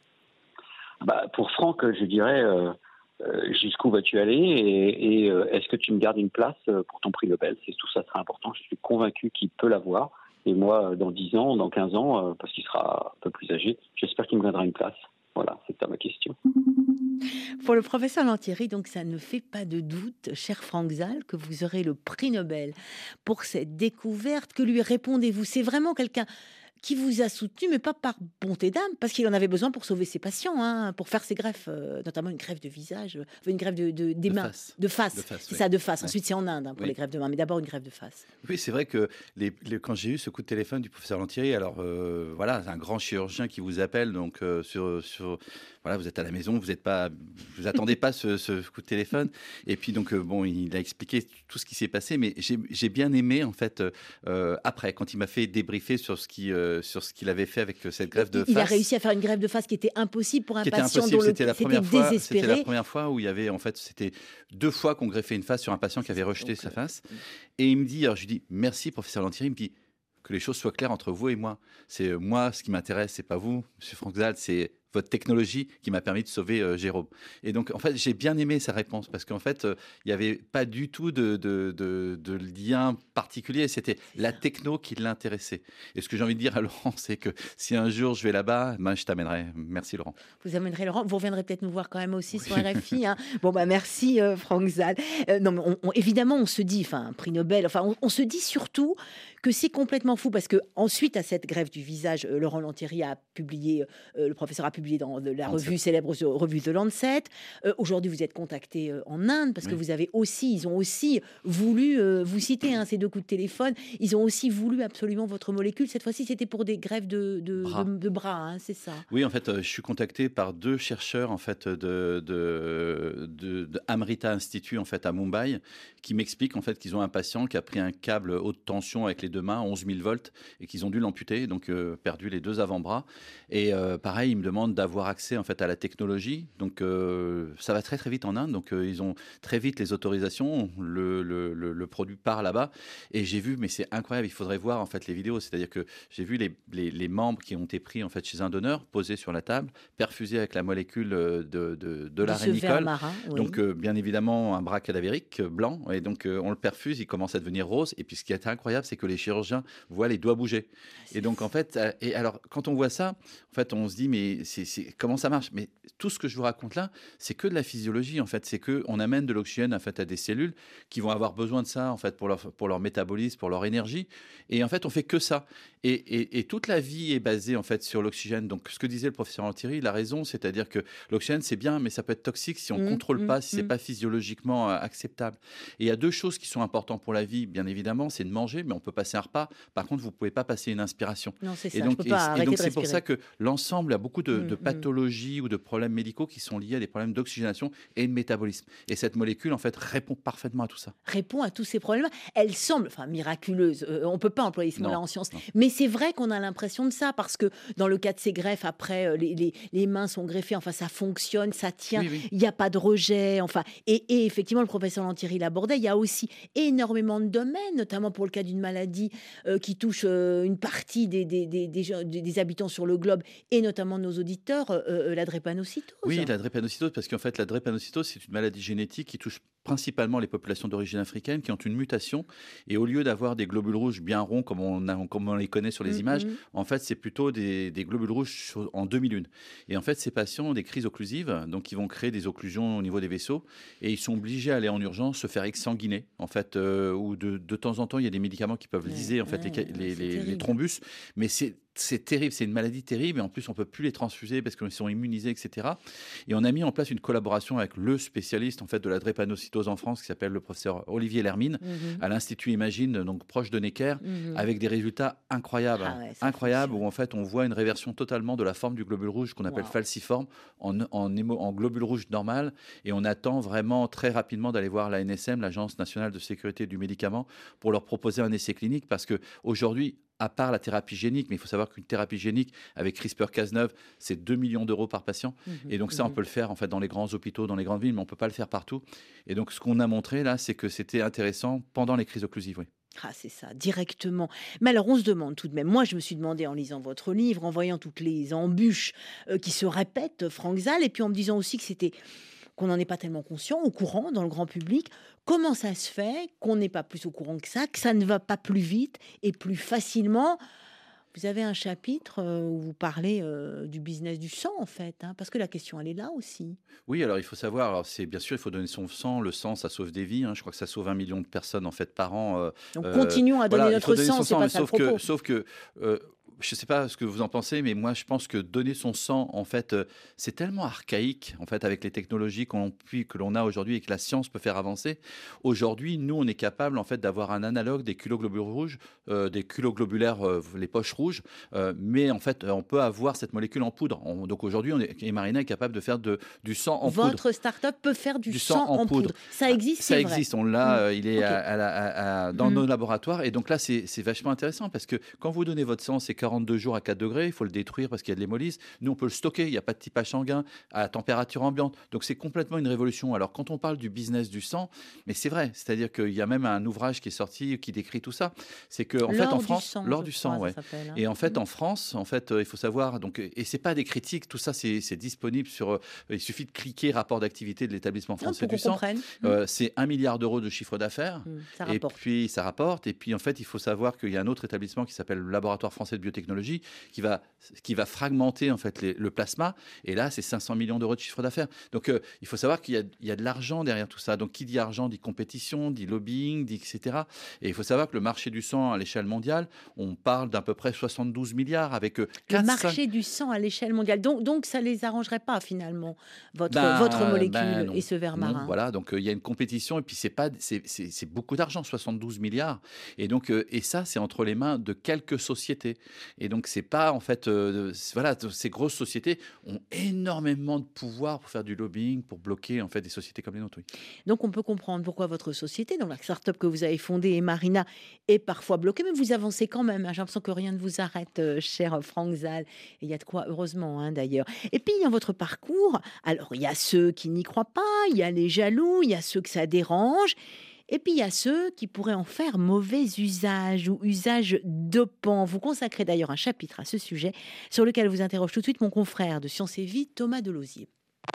Bah, pour Franck, je dirais, euh, euh, jusqu'où vas-tu aller et, et euh, est-ce que tu me gardes une place pour ton prix Nobel ? C'est tout ça sera important. Je suis convaincu qu'il peut l'avoir. Et moi, dans dix ans, dans quinze ans, euh, parce qu'il sera un peu plus âgé, j'espère qu'il me donnera une place. Voilà, c'est ça ma question. Pour le professeur Lantieri, donc ça ne fait pas de doute, cher Franck Zal, que vous aurez le prix Nobel pour cette découverte. Que lui répondez-vous ? C'est vraiment quelqu'un qui vous a soutenu, mais pas par bonté d'âme, parce qu'il en avait besoin pour sauver ses patients, hein, pour faire ses greffes, euh, notamment une greffe de visage, euh, une greffe de, de, des de mains. Face. De face. De face, c'est oui. ça, de face. Ouais. Ensuite, c'est en Inde hein, pour oui. les greffes de mains, mais d'abord une greffe de face. Oui, c'est vrai que les, les, quand j'ai eu ce coup de téléphone du professeur Lantieri, alors euh, voilà, c'est un grand chirurgien qui vous appelle, donc euh, sur, sur, voilà, vous êtes à la maison, vous n'êtes pas, vous attendez pas ce, ce coup de téléphone, et puis donc euh, bon, il a expliqué tout ce qui s'est passé, mais j'ai, j'ai bien aimé en fait euh, après, quand il m'a fait débriefer sur ce qui, euh, euh, sur ce qu'il avait fait avec cette greffe de il face. a réussi à faire une greffe de face qui était impossible pour un Qui était patient impossible. dont le C'était la c'était première fois. désespéré. C'était la première fois où il y avait en fait, c'était deux fois qu'on greffait une face sur un patient qui avait rejeté Donc, sa euh, face. Et il me dit, alors je lui dis merci professeur Lantieri, il me dit que les choses soient claires entre vous et moi. C'est euh, moi ce qui m'intéresse, c'est pas vous, Monsieur Franck Zal, c'est votre technologie qui m'a permis de sauver euh, Jérôme. Et donc, en fait, j'ai bien aimé sa réponse parce qu'en fait, euh, il n'y avait pas du tout de, de, de, de lien particulier. C'était la techno qui l'intéressait. Et ce que j'ai envie de dire à Laurent, c'est que si un jour je vais là-bas, ben, je t'amènerai. Merci, Laurent. Vous amènerez Laurent. Vous reviendrez peut-être nous voir quand même aussi sur R F I. Hein. Bon, bah merci euh, Franck Zal. Euh, non, mais on, on, évidemment, on se dit, enfin, prix Nobel, enfin, on, on se dit surtout que c'est complètement fou parce que ensuite à cette greffe du visage, euh, Laurent Lantieri a publié, euh, le professeur a publié dans de la revue célèbre revue The Lancet. Euh, Aujourd'hui, vous êtes contacté euh, en Inde parce oui. que vous avez aussi, ils ont aussi voulu euh, vous citer hein, ces deux coups de téléphone. Ils ont aussi voulu absolument votre molécule. Cette fois-ci, c'était pour des greffes de, de bras, de, de bras hein, c'est ça. Oui, en fait, euh, je suis contacté par deux chercheurs en fait de, de, de, de Amrita Institute en fait à Mumbai, qui m'expliquent en fait qu'ils ont un patient qui a pris un câble haute tension avec les deux mains, onze mille volts, et qu'ils ont dû l'amputer, donc euh, perdu les deux avant-bras. Et euh, pareil, ils me demandent d'avoir accès en fait à la technologie. Donc euh, ça va très très vite en Inde. Donc euh, ils ont très vite les autorisations. Le, le, le, le produit part là-bas. Et j'ai vu, mais c'est incroyable. Il faudrait voir en fait les vidéos. C'est-à-dire que j'ai vu les, les, les membres qui ont été pris en fait chez un donneur, posés sur la table, perfusés avec la molécule de, de, de, de l'arénicole. Oui. Donc euh, bien évidemment un bras cadavérique euh, blanc. Et donc euh, on le perfuse, il commence à devenir rose. Et puis ce qui est incroyable, c'est que les chirurgiens voient les doigts bouger. Et donc en fait, euh, et alors quand on voit ça, en fait on se dit mais c'est, c'est comment ça marche? Mais tout ce que je vous raconte là, c'est que de la physiologie en fait. C'est que on amène de l'oxygène en fait à des cellules qui vont avoir besoin de ça en fait pour leur pour leur métabolisme, pour leur énergie. Et en fait on fait que ça. Et, et, et toute la vie est basée en fait sur l'oxygène. Donc ce que disait le professeur Lantieri, il a raison, c'est-à-dire que l'oxygène c'est bien, mais ça peut être toxique si on ne mmh, contrôle mmh, pas, si mmh. c'est pas physiologiquement euh, acceptable. Et il y a deux choses qui sont importantes pour la vie, bien évidemment, c'est de manger, mais on peut passer un repas. Par contre, vous pouvez pas passer une inspiration. Non, c'est ça. Et donc, je peux pas et, et donc de c'est pour ça que l'ensemble, il y a beaucoup de, mmh, de pathologies mmh. ou de problèmes médicaux qui sont liés à des problèmes d'oxygénation et de métabolisme. Et cette molécule, en fait, répond parfaitement à tout ça. Répond à tous ces problèmes. Elle semble, enfin, miraculeuse. Euh, on peut pas employer ce mot-là en science, non. mais c'est vrai qu'on a l'impression de ça parce que dans le cas de ces greffes, après, euh, les, les, les mains sont greffées, enfin, ça fonctionne, ça tient. Il oui, oui. n'y a pas de rejet, enfin, et, et effectivement, le professeur Lantieri l'abordait. Il y a aussi énormément de domaines, notamment pour le cas d'une maladie euh, qui touche euh, une partie des, des, des, des, des habitants sur le globe et notamment nos auditeurs, euh, euh, la drépanocytose. Oui, la drépanocytose, parce qu'en fait, la drépanocytose, c'est une maladie génétique qui touche principalement les populations d'origine africaine qui ont une mutation. Et au lieu d'avoir des globules rouges bien ronds comme on, a, comme on les connaît sur les mmh, images, mmh. en fait, c'est plutôt des, des globules rouges en demi-lune. Et en fait, ces patients ont des crises occlusives, donc ils vont créer des occlusions au niveau des vaisseaux et ils sont obligés à aller en urgence se faire exsanguiner. En fait, euh, ou de, de temps en temps, il y a des médicaments qui peuvent liser en fait, ouais, les, les, les, les thrombus. Mais c'est C'est terrible, c'est une maladie terrible et en plus on ne peut plus les transfuser parce qu'ils sont immunisés, et cetera. Et on a mis en place une collaboration avec le spécialiste en fait, de la drépanocytose en France qui s'appelle le professeur Olivier Lermine mmh. à l'Institut Imagine, donc proche de Necker, mmh. avec des résultats incroyables, ah ouais, incroyables où en fait on voit une réversion totalement de la forme du globule rouge qu'on appelle wow. falciforme en, en, émo, en globule rouge normal et on attend vraiment très rapidement d'aller voir l'A N S M, l'Agence nationale de sécurité du médicament, pour leur proposer un essai clinique parce qu'aujourd'hui, à part la thérapie génique, mais il faut savoir qu'une thérapie génique avec CRISPR Cas neuf, c'est deux millions d'euros par patient. Mmh, et donc ça, mmh. on peut le faire en fait dans les grands hôpitaux, dans les grandes villes, mais on ne peut pas le faire partout. Et donc ce qu'on a montré là, c'est que c'était intéressant pendant les crises occlusives, oui. Ah, c'est ça, directement. Mais alors, on se demande tout de même, moi je me suis demandé en lisant votre livre, en voyant toutes les embûches euh, qui se répètent, Franck Zal, et puis en me disant aussi que c'était... qu'on n'en est pas tellement conscient, au courant, dans le grand public. Comment ça se fait qu'on n'est pas plus au courant que ça, que ça ne va pas plus vite et plus facilement? Vous avez un chapitre où vous parlez euh, du business du sang, en fait, hein, parce que la question, elle est là aussi. Oui, alors il faut savoir, alors c'est, bien sûr, il faut donner son sang. Le sang, ça sauve des vies. Hein, je crois que ça sauve un million de personnes, en fait, par an. Euh, Donc, continuons à donner voilà, notre sang, c'est pas ça le propos. Que, sauf que... Euh, je ne sais pas ce que vous en pensez, mais moi, je pense que donner son sang, en fait, euh, c'est tellement archaïque, en fait, avec les technologies qu'on, que l'on a aujourd'hui et que la science peut faire avancer. Aujourd'hui, nous, on est capable, en fait, d'avoir un analogue des culoglobulaires rouges, euh, des culoglobulaires, euh, les poches rouges, euh, mais en fait, on peut avoir cette molécule en poudre. On, donc aujourd'hui, on est, et Marina est capable de faire de, du sang en Votre poudre. Votre start-up peut faire du, du sang, sang en poudre. poudre. Ça existe, Ça c'est existe, vrai. on l'a, mmh. euh, il est okay. à, à, à, à, dans mmh. nos laboratoires. Et donc là, c'est, c'est vachement intéressant parce que quand vous donnez votre sang, c'est quarante-deux jours à quatre degrés, il faut le détruire parce qu'il y a de l'hémolyse. Nous, on peut le stocker, il n'y a pas de typage sanguin à température ambiante. Donc, c'est complètement une révolution. Alors, quand on parle du business du sang, mais c'est vrai, c'est-à-dire qu'il y a même un ouvrage qui est sorti qui décrit tout ça. C'est qu'en fait, en France, sang, l'or du sang, crois, ouais. Hein. Et en fait, en France, en fait, euh, il faut savoir, donc, et c'est pas des critiques, tout ça, c'est, c'est disponible sur. Euh, il suffit de cliquer rapport d'activité de l'établissement français du sang. Euh, c'est un milliard d'euros de chiffre d'affaires. Mmh, ça et rapporte. puis ça rapporte. Et puis en fait, il faut savoir qu'il y a un autre établissement qui s'appelle le Laboratoire français de biotechnologie qui va qui va fragmenter en fait les, le plasma. Et là, c'est cinq cents millions d'euros de chiffre d'affaires. Donc euh, il faut savoir qu'il y a, il y a de l'argent derrière tout ça. Donc qui dit argent dit compétition, dit lobbying, dit et cetera. Et il faut savoir que le marché du sang à l'échelle mondiale, on parle d'à peu près soixante-douze milliards avec euh, le quatre, marché cinq... du sang à l'échelle mondiale. Donc donc ça les arrangerait pas finalement votre Ben, votre molécule ben et ce verre marin. Non, voilà, donc il euh, y a une compétition et puis c'est pas, c'est, c'est, c'est beaucoup d'argent, soixante-douze milliards. Et donc euh, et ça c'est entre les mains de quelques sociétés. Et donc c'est pas en fait, euh, voilà, ces grosses sociétés ont énormément de pouvoir pour faire du lobbying, pour bloquer en fait des sociétés comme les nôtres. Oui. Donc on peut comprendre pourquoi votre société, donc la start-up que vous avez fondée, Emarina, est parfois bloquée, mais vous avancez quand même. Hein. J'ai l'impression que rien ne vous arrête, euh, cher Franck Zal. Et il y a de quoi, heureusement, hein, d'ailleurs. Et puis dans votre parcours, alors il y a ceux qui n'y croient pas, il y a les jaloux, il y a ceux que ça dérange. Et puis il y a ceux qui pourraient en faire mauvais usage ou usage dopant. Vous consacrez d'ailleurs un chapitre à ce sujet sur lequel vous interroge tout de suite mon confrère de Sciences et Vie, Thomas Delosier.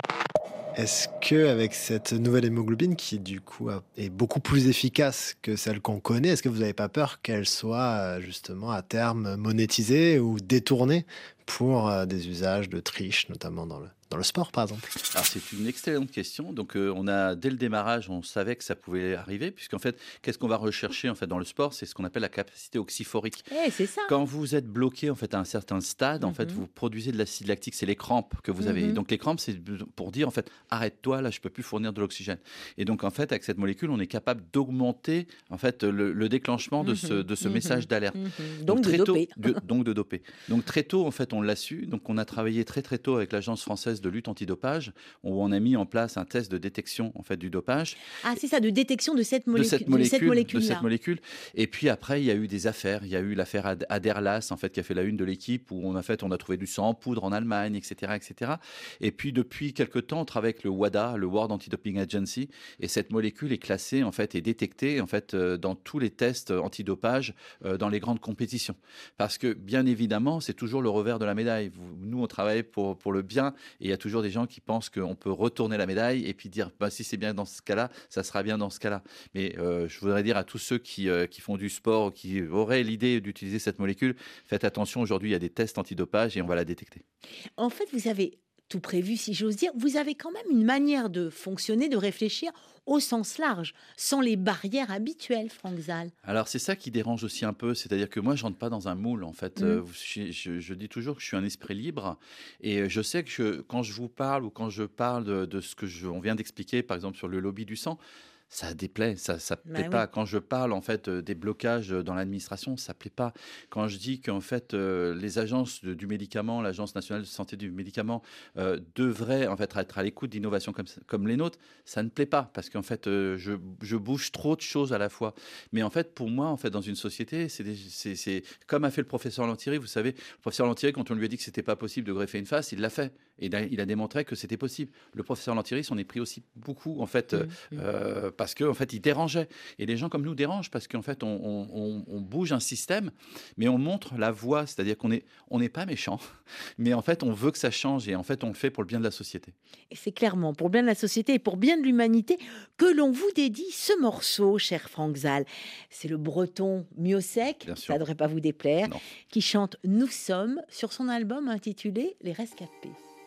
Est-ce qu'avec cette nouvelle hémoglobine qui du coup est beaucoup plus efficace que celle qu'on connaît, est-ce que vous n'avez pas peur qu'elle soit justement à terme monétisée ou détournée pour des usages de triche, notamment dans le dans le sport, par exemple? Alors, c'est une excellente question. Donc, euh, on a, dès le démarrage, on savait que ça pouvait arriver, puisqu'en fait, qu'est-ce qu'on va rechercher en fait, dans le sport? C'est ce qu'on appelle la capacité oxyphorique. Eh, c'est ça. Quand vous êtes bloqué en fait, à un certain stade, en Mm-hmm. fait, vous produisez de l'acide lactique. C'est les crampes que vous avez. Mm-hmm. Donc, les crampes, c'est pour dire, en fait, arrête-toi, là, je ne peux plus fournir de l'oxygène. Et donc, en fait, avec cette molécule, on est capable d'augmenter en fait, le, le déclenchement de ce, de ce Mm-hmm. message d'alerte. Mm-hmm. Donc, Donc, de très doper. Tôt, de, donc, de doper. Donc, très tôt, en fait, on l'a su. Donc, on a travaillé très, très tôt avec l'Agence française de lutte antidopage, où on a mis en place un test de détection en fait, du dopage. Ah, c'est ça, de détection de cette, molécu- de cette molécule. de cette molécule. De cette molécule. Et puis après, il y a eu des affaires. Il y a eu l'affaire Ad- Aderlas, en fait, qui a fait la une de l'équipe, où on a, fait, on a trouvé du sang en poudre en Allemagne, et cetera, et cetera. Et puis, depuis quelques temps, on travaille avec le WADA, le World Anti-Doping Agency, et cette molécule est classée, en fait, et détectée, en fait, euh, dans tous les tests antidopage euh, dans les grandes compétitions. Parce que, bien évidemment, c'est toujours le revers de la médaille. Vous, nous, on travaille pour, pour le bien, et il y a toujours des gens qui pensent qu'on peut retourner la médaille et puis dire bah, si c'est bien dans ce cas-là, ça sera bien dans ce cas-là. Mais euh, je voudrais dire à tous ceux qui, euh, qui font du sport, qui auraient l'idée d'utiliser cette molécule, faites attention, aujourd'hui il y a des tests antidopage et on va la détecter. En fait, vous avez tout prévu, si j'ose dire. Vous avez quand même une manière de fonctionner, de réfléchir au sens large, sans les barrières habituelles, Franck Zal. Alors c'est ça qui dérange aussi un peu, c'est-à-dire que moi je rentre pas dans un moule en fait. Mmh. Euh, je, je, je dis toujours que je suis un esprit libre et je sais que je, quand je vous parle ou quand je parle de, de ce que je, on vient d'expliquer, par exemple sur le lobby du sang, ça déplaît, ça ça plaît bah pas. Oui. Quand je parle en fait des blocages dans l'administration, ça plaît pas. Quand je dis qu'en fait euh, les agences de, du médicament, l'Agence nationale de santé du médicament euh, devraient en fait être à l'écoute d'innovations comme comme les nôtres, ça ne plaît pas parce qu'en fait euh, je je bouge trop de choses à la fois. Mais en fait pour moi en fait dans une société, c'est des, c'est, c'est comme a fait le professeur Lantieri. Vous savez, le professeur Lantieri, quand on lui a dit que c'était pas possible de greffer une face, il l'a fait et il a, il a démontré que c'était possible. Le professeur Lantieri s'en est pris aussi beaucoup en fait. Mmh. Euh, parce qu'en en fait, il dérangeait. Et les gens comme nous dérangent parce qu'en fait, on, on, on bouge un système, mais on montre la voie. C'est-à-dire qu'on n'est on n'est pas méchant, mais en fait, on veut que ça change et en fait, on le fait pour le bien de la société. Et c'est clairement pour le bien de la société et pour le bien de l'humanité que l'on vous dédie ce morceau, cher Franck Zal. C'est le breton Miosek, ça ne devrait pas vous déplaire, non. qui chante « Nous sommes » sur son album intitulé « Les Rescapés ».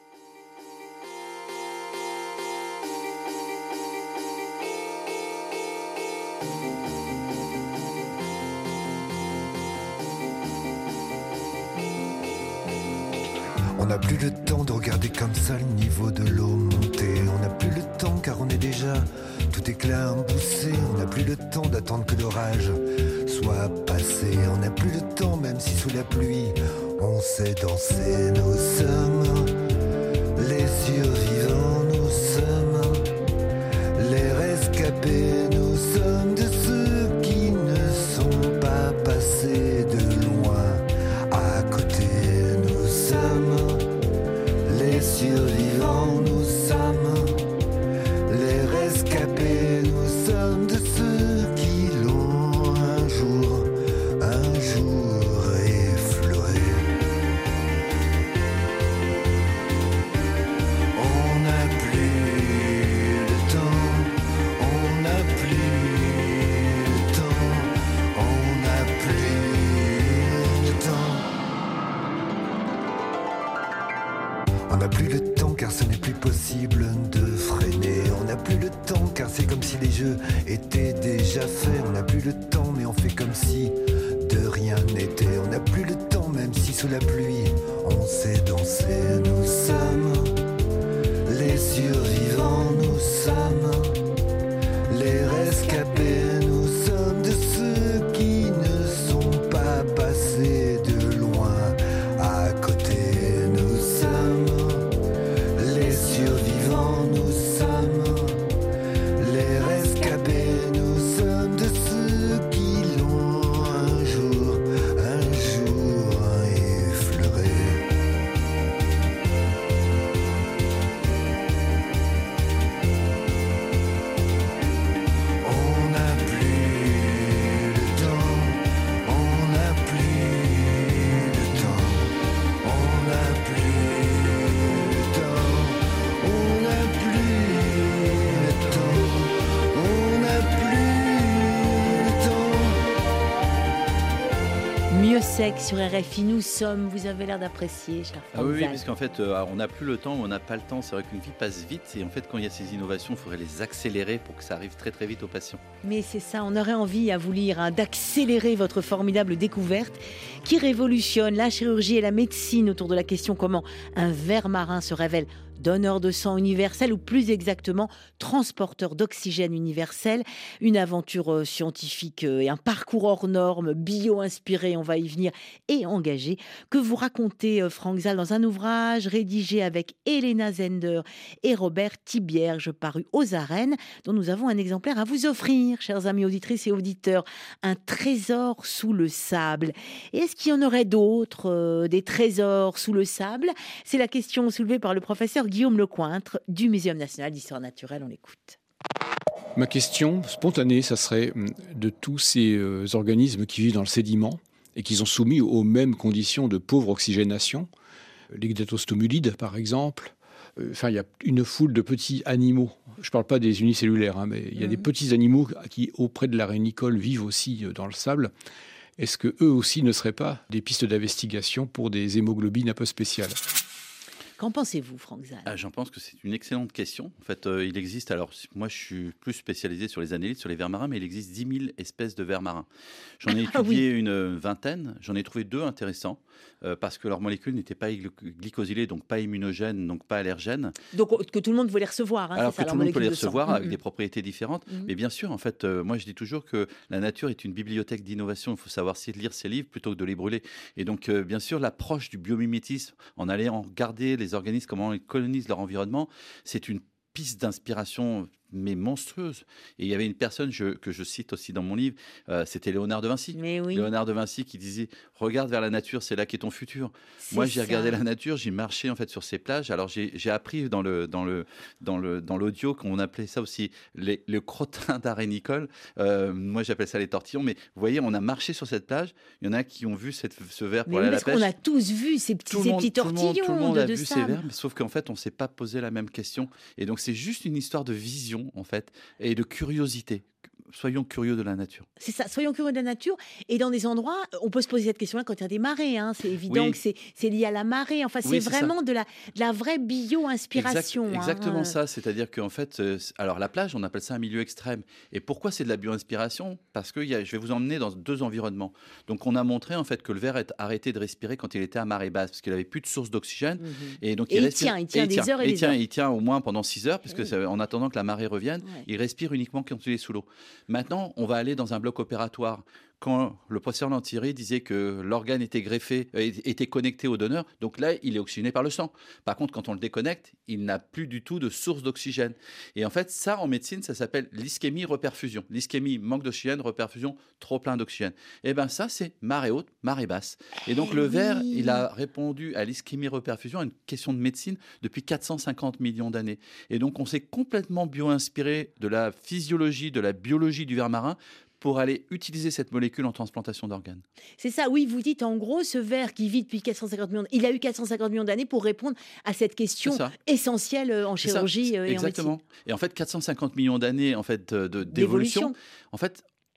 On n'a plus le temps de regarder comme ça le niveau de l'eau monter. On n'a plus le temps car on est déjà tout éclat emboussé. On n'a plus le temps d'attendre que l'orage soit passé. On n'a plus le temps même si sous la pluie on sait danser. Nous sommes les survivants, nous sommes les rescapés. Nous sommes de ceux qui ne sont pas passés de loin à côté. n'a plus le temps car ce n'est plus possible de freiner. On n'a plus le temps car c'est comme si les jeux étaient déjà faits. On n'a plus le temps mais on fait comme si de rien n'était. On n'a plus le temps même si sous la pluie on sait danser. Nous sommes les survivants, nous sommes les rescapés. Nous sommes de ceux qui ne sont pas passés de loin à côté. Nous sommes les survivants, nous sommes les rescapés. Nous sommes de ceux qui l'ont un jour, un jour effleuré. On n'a plus le temps, on n'a plus le temps, on n'a plus le temps, on n'a plus le temps, on n'a plus le temps. Mieux sec sur R F I, nous sommes, vous avez l'air d'apprécier, cher Ah oui, oui, Franck parce qu'en fait, euh, on n'a plus le temps, on n'a pas le temps. C'est vrai qu'une vie passe vite. Et en fait, quand il y a ces innovations, il faudrait les accélérer pour que ça arrive très très vite aux patients. Mais c'est ça, on aurait envie à vous lire, hein, d'accélérer votre formidable découverte qui révolutionne la chirurgie et la médecine autour de la question comment un ver marin se révèle donneur de sang universel ou plus exactement transporteur d'oxygène universel. Une aventure euh, scientifique euh, et un parcours hors normes, bio-inspiré, on va y venir, et engagé, que vous racontez, euh, Franck Zal, dans un ouvrage rédigé avec Elena Zender et Robert Thibierge, paru aux Arènes, dont nous avons un exemplaire à vous offrir, chers amis auditrices et auditeurs. Un trésor sous le sable. Et est-ce qu'il y en aurait d'autres, euh, des trésors sous le sable? C'est la question soulevée par le professeur Guillaume Lecointre du Muséum national d'histoire naturelle. On l'écoute. Ma question spontanée, ça serait de tous ces euh, organismes qui vivent dans le sédiment et qui sont soumis aux mêmes conditions de pauvre oxygénation, les gnathostomulides par exemple. Euh, enfin, il y a une foule de petits animaux. Je ne parle pas des unicellulaires, hein, mais il y a mmh. des petits animaux qui, auprès de l'arénicole, vivent aussi dans le sable. Est-ce que eux aussi ne seraient pas des pistes d'investigation pour des hémoglobines un peu spéciales ? Qu'en pensez-vous, Franck Zal? Ah, j'en pense que c'est une excellente question. En fait, euh, il existe, alors moi je suis plus spécialisé sur les annélides, sur les vers marins, mais il existe dix mille espèces de vers marins. J'en ai étudié ah, oui. une vingtaine, j'en ai trouvé deux intéressants, euh, parce que leurs molécules n'étaient pas glycosylées, donc pas immunogènes, donc pas allergènes. Donc que tout le monde pouvait les recevoir. Hein, alors c'est que ça, tout le monde peut les recevoir mmh. avec des propriétés différentes. Mmh. Mais bien sûr, en fait, euh, moi je dis toujours que la nature est une bibliothèque d'innovation. Il faut savoir lire ses livres plutôt que de les brûler. Et donc, euh, bien sûr, l'approche du biomimétisme, en allant regarder les organismes, comment ils colonisent leur environnement, c'est une piste d'inspiration mais monstrueuse. Et il y avait une personne je, que je cite aussi dans mon livre, euh, c'était Léonard de Vinci. Mais oui. Léonard de Vinci qui disait « Regarde vers la nature, c'est là qu'est ton futur ». Moi, j'ai ça. regardé la nature, j'ai marché en fait sur ces plages. Alors, j'ai, j'ai appris dans, le, dans, le, dans, le, dans l'audio qu'on appelait ça aussi les, le crottin d'arénicole. Euh, moi, j'appelle ça les tortillons. Mais vous voyez, on a marché sur cette plage. Il y en a qui ont vu cette, ce ver pour mais aller oui, à la pêche. On a tous vu ces petits, ces monde, petits tortillons tout le monde, tout le monde de, a de vu sable. ces vers, mais sauf qu'en fait, on ne s'est pas posé la même question. Et donc, c'est juste une histoire de vision, en fait, et de curiosité. Soyons curieux de la nature. C'est ça, soyons curieux de la nature. Et dans des endroits, on peut se poser cette question-là quand il y a des marées. Hein. C'est évident oui. que c'est, c'est lié à la marée. Enfin, c'est, oui, c'est vraiment de la, de la vraie bio-inspiration. Exact, exactement hein. ça. C'est-à-dire qu'en fait, euh, alors la plage, on appelle ça un milieu extrême. Et pourquoi c'est de la bio-inspiration ? Parce que y a, je vais vous emmener dans deux environnements. Donc, on a montré en fait que le ver a arrêté de respirer quand il était à marée basse, parce qu'il n'avait plus de source d'oxygène. Mm-hmm. Et donc, et il, il respire, tient, il tient et des il tient, heures et et des il tient, heures. Il tient au moins pendant six heures, parce que oui. ça, en attendant que la marée revienne, ouais. il respire uniquement quand il est sous l'eau. Maintenant, on va aller dans un bloc opératoire. Quand le professeur Lantieri disait que l'organe était greffé, euh, était connecté au donneur, donc là, il est oxygéné par le sang. Par contre, quand on le déconnecte, il n'a plus du tout de source d'oxygène. Et en fait, ça, en médecine, ça s'appelle l'ischémie-reperfusion. L'ischémie, manque d'oxygène, reperfusion, trop plein d'oxygène. Et bien ça, c'est marée haute, marée basse. Et donc, le ver, il a répondu à l'ischémie-reperfusion, à une question de médecine, depuis quatre cent cinquante millions d'années. Et donc, on s'est complètement bio-inspiré de la physiologie, de la biologie du ver marin, pour aller utiliser cette molécule en transplantation d'organes. C'est ça, oui, vous dites en gros, ce ver qui vit depuis quatre cent cinquante millions, il a eu quatre cent cinquante millions d'années pour répondre à cette question essentielle en chirurgie et Exactement. en médecine. Et en fait, quatre cent cinquante millions d'années en fait, de, de, d'évolution, d'évolution. En fait,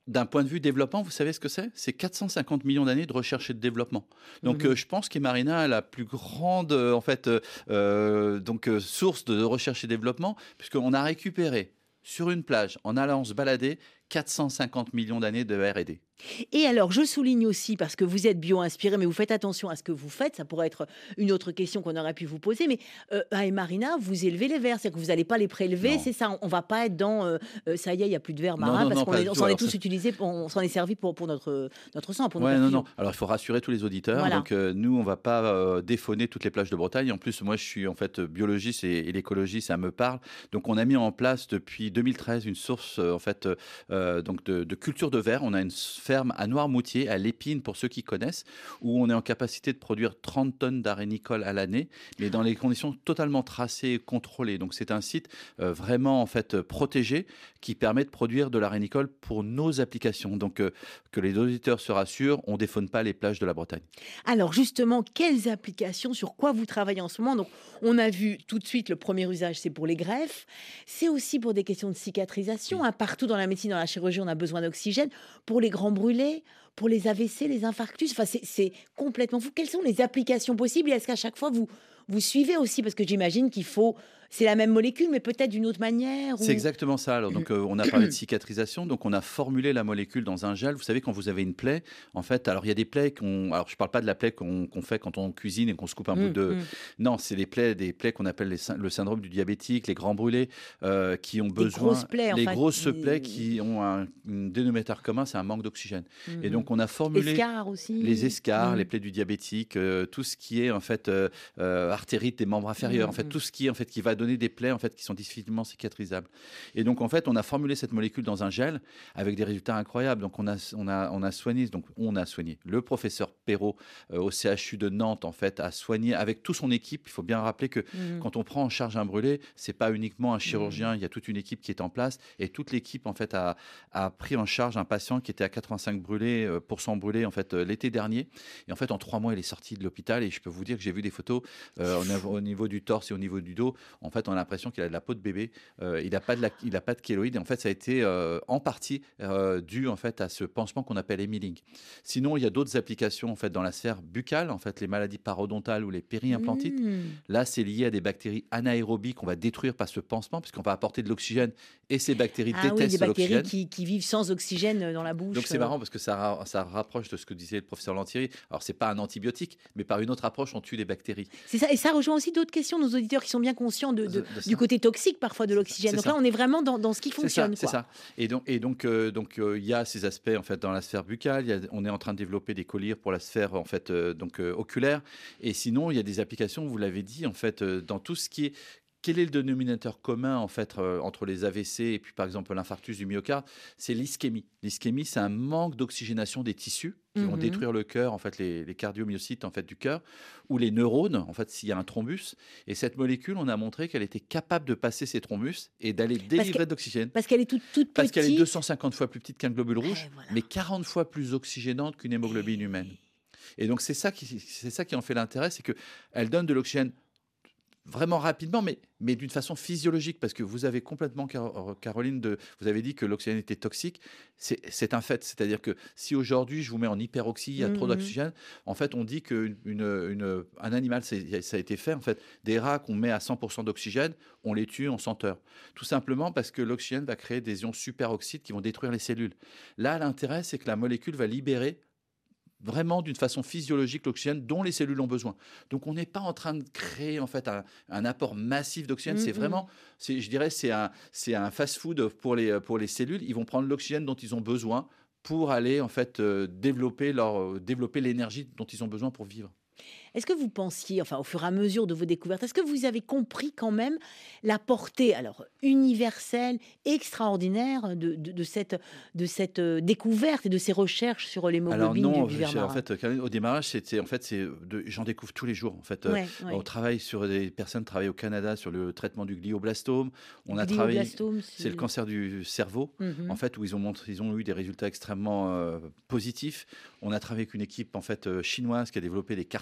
D'un point de vue développement, vous savez ce que c'est? C'est quatre cent cinquante millions d'années de recherche et de développement. Donc, mmh. euh, je pense qu'Emarina a la plus grande euh, en fait, euh, donc, euh, source de recherche et développement, puisqu'on a récupéré sur une plage, en allant se balader, quatre cent cinquante millions d'années de R et D. Et alors, je souligne aussi, parce que vous êtes bio-inspiré, mais vous faites attention à ce que vous faites, ça pourrait être une autre question qu'on aurait pu vous poser, mais euh, à Emarina, vous élevez les vers, c'est-à-dire que vous n'allez pas les prélever, non. c'est ça, on ne va pas être dans, euh, ça y est, il n'y a plus de vers marins, non, non, parce qu'on s'en est tous ça... utilisés, on s'en est servi pour, pour notre, notre sang, pour nos ouais, non, non. Alors, il faut rassurer tous les auditeurs, voilà. donc euh, nous, on ne va pas euh, défauner toutes les plages de Bretagne, en plus, moi, je suis en fait biologiste et, et l'écologie, ça me parle, donc on a mis en place depuis deux mille treize une source, euh, en fait, euh, donc de, de culture de vers, on a une ferme à Noirmoutier, à l'Épine, pour ceux qui connaissent, où on est en capacité de produire trente tonnes d'arénicole à l'année, mais dans les conditions totalement tracées et contrôlées. Donc c'est un site euh, vraiment en fait protégé qui permet de produire de l'arénicole pour nos applications. Donc euh, que les auditeurs se rassurent, on ne défaune pas les plages de la Bretagne. Alors justement, quelles applications, sur quoi vous travaillez en ce moment? Donc on a vu tout de suite le premier usage, c'est pour les greffes, c'est aussi pour des questions de cicatrisation. Hein, partout dans la médecine, dans la chirurgie, on a besoin d'oxygène. Pour les grands brûlés, pour les A V C, les infarctus, enfin, c'est, c'est complètement fou. Quelles sont les applications possibles et est-ce qu'à chaque fois, vous, vous suivez aussi? Parce que j'imagine qu'il faut... C'est la même molécule, mais peut-être d'une autre manière. C'est ou... exactement ça. Alors, donc, euh, on a parlé de cicatrisation. Donc, on a formulé la molécule dans un gel. Vous savez, quand vous avez une plaie, en fait, alors il y a des plaies qu'on. Alors, je ne parle pas de la plaie qu'on, qu'on fait quand on cuisine et qu'on se coupe un mmh, bout de. Mmh. Non, c'est les plaies, des plaies qu'on appelle les, le syndrome du diabétique, les grands brûlés, euh, qui ont besoin. Les grosses plaies, Les en fait. grosses plaies qui ont un, un dénominateur commun, c'est un manque d'oxygène. Mmh. Et donc, on a formulé. Escarres aussi. Les escarres, mmh. les plaies du diabétique, euh, tout ce qui est en fait euh, euh, artérite des membres inférieurs, mmh. en fait, tout ce qui est en fait qui va donner des plaies en fait qui sont difficilement cicatrisables. Et donc, en fait, on a formulé cette molécule dans un gel avec des résultats incroyables. Donc, on a, on a, on a soigné, donc on a soigné. Le professeur Perrault euh, au C H U de Nantes, en fait, a soigné avec toute son équipe. Il faut bien rappeler que mmh. quand on prend en charge un brûlé, c'est pas uniquement un chirurgien. Mmh. Il y a toute une équipe qui est en place et toute l'équipe, en fait, a, a pris en charge un patient qui était à quatre-vingt-cinq brûlés, euh, pour cent brûlés, en fait, euh, l'été dernier. Et en fait, en trois mois, il est sorti de l'hôpital et je peux vous dire que j'ai vu des photos euh, au niveau du torse et au niveau du dos. En fait, on a l'impression qu'il a de la peau de bébé, euh, il n'a pas de la, il a pas de kéloïde et en fait ça a été euh, en partie euh, dû en fait à ce pansement qu'on appelle Emiling. Sinon il y a d'autres applications en fait dans la sphère buccale, en fait les maladies parodontales ou les périimplantites. Mmh. Là c'est lié à des bactéries anaérobies qu'on va détruire par ce pansement puisqu'on va apporter de l'oxygène et ces bactéries ah, détestent oui, des bactéries l'oxygène. Qui, qui vivent sans oxygène dans la bouche. Donc c'est marrant parce que ça, ça rapproche de ce que disait le professeur Lantieri. Alors c'est pas un antibiotique, mais par une autre approche on tue les bactéries. C'est ça, et ça rejoint aussi d'autres questions, nos auditeurs qui sont bien conscients de, de, de du côté toxique parfois de l'oxygène. Donc ça. Là, on est vraiment dans, dans ce qui fonctionne. C'est ça. C'est ça. Et donc, et donc, euh, donc, il euh, y a ces aspects en fait dans la sphère buccale. Y a, on est en train de développer des collyres pour la sphère en fait euh, donc euh, oculaire. Et sinon, il y a des applications. Vous l'avez dit en fait euh, dans tout ce qui est. Quel est le dénominateur commun en fait euh, entre les A V C et puis par exemple l'infarctus du myocarde? C'est l'ischémie. L'ischémie, c'est un manque d'oxygénation des tissus qui vont mmh. détruire le cœur, en fait les, les cardiomyocytes en fait du cœur, ou les neurones en fait s'il y a un thrombus. Et cette molécule, on a montré qu'elle était capable de passer ces thrombus et d'aller délivrer de l'oxygène. Parce qu'elle est toute, toute petite. Parce qu'elle est deux cent cinquante fois plus petite qu'un globule rouge, ouais, voilà. mais quarante fois plus oxygénante qu'une hémoglobine humaine. Et donc c'est ça qui, c'est ça qui en fait l'intérêt, c'est que elle donne de l'oxygène vraiment rapidement, mais, mais d'une façon physiologique, parce que vous avez complètement, Caroline, de, vous avez dit que l'oxygène était toxique, c'est, c'est un fait. C'est-à-dire que si aujourd'hui je vous mets en hyperoxie, il y a mmh. trop d'oxygène, en fait on dit qu'un une, une, un animal, c'est, ça a été fait, en fait, des rats qu'on met à cent pour cent d'oxygène, on les tue en cent heures. Tout simplement parce que l'oxygène va créer des ions superoxydes qui vont détruire les cellules. Là, l'intérêt, c'est que la molécule va libérer vraiment d'une façon physiologique l'oxygène dont les cellules ont besoin. Donc on n'est pas en train de créer en fait un, un apport massif d'oxygène. Mmh, c'est vraiment, c'est, je dirais, c'est un, c'est un fast-food pour les pour les cellules. Ils vont prendre l'oxygène dont ils ont besoin pour aller en fait euh, développer leur euh, développer l'énergie dont ils ont besoin pour vivre. Est-ce que vous pensiez, enfin au fur et à mesure de vos découvertes, est-ce que vous avez compris quand même la portée alors universelle, extraordinaire de, de, de, cette, de cette découverte et de ces recherches sur l'hémoglobine alors non, du, du ver marin? En fait, au démarrage, c'était, en fait, c'est de, j'en découvre tous les jours. En fait, ouais, euh, ouais. On travaille sur des personnes travaillent au Canada sur le traitement du glioblastome. On a travaillé, c'est... c'est le cancer du cerveau, mm-hmm. en fait, où ils ont montré, ils ont eu des résultats extrêmement euh, positifs. On a travaillé avec une équipe en fait euh, chinoise qui a développé des C A R T-cells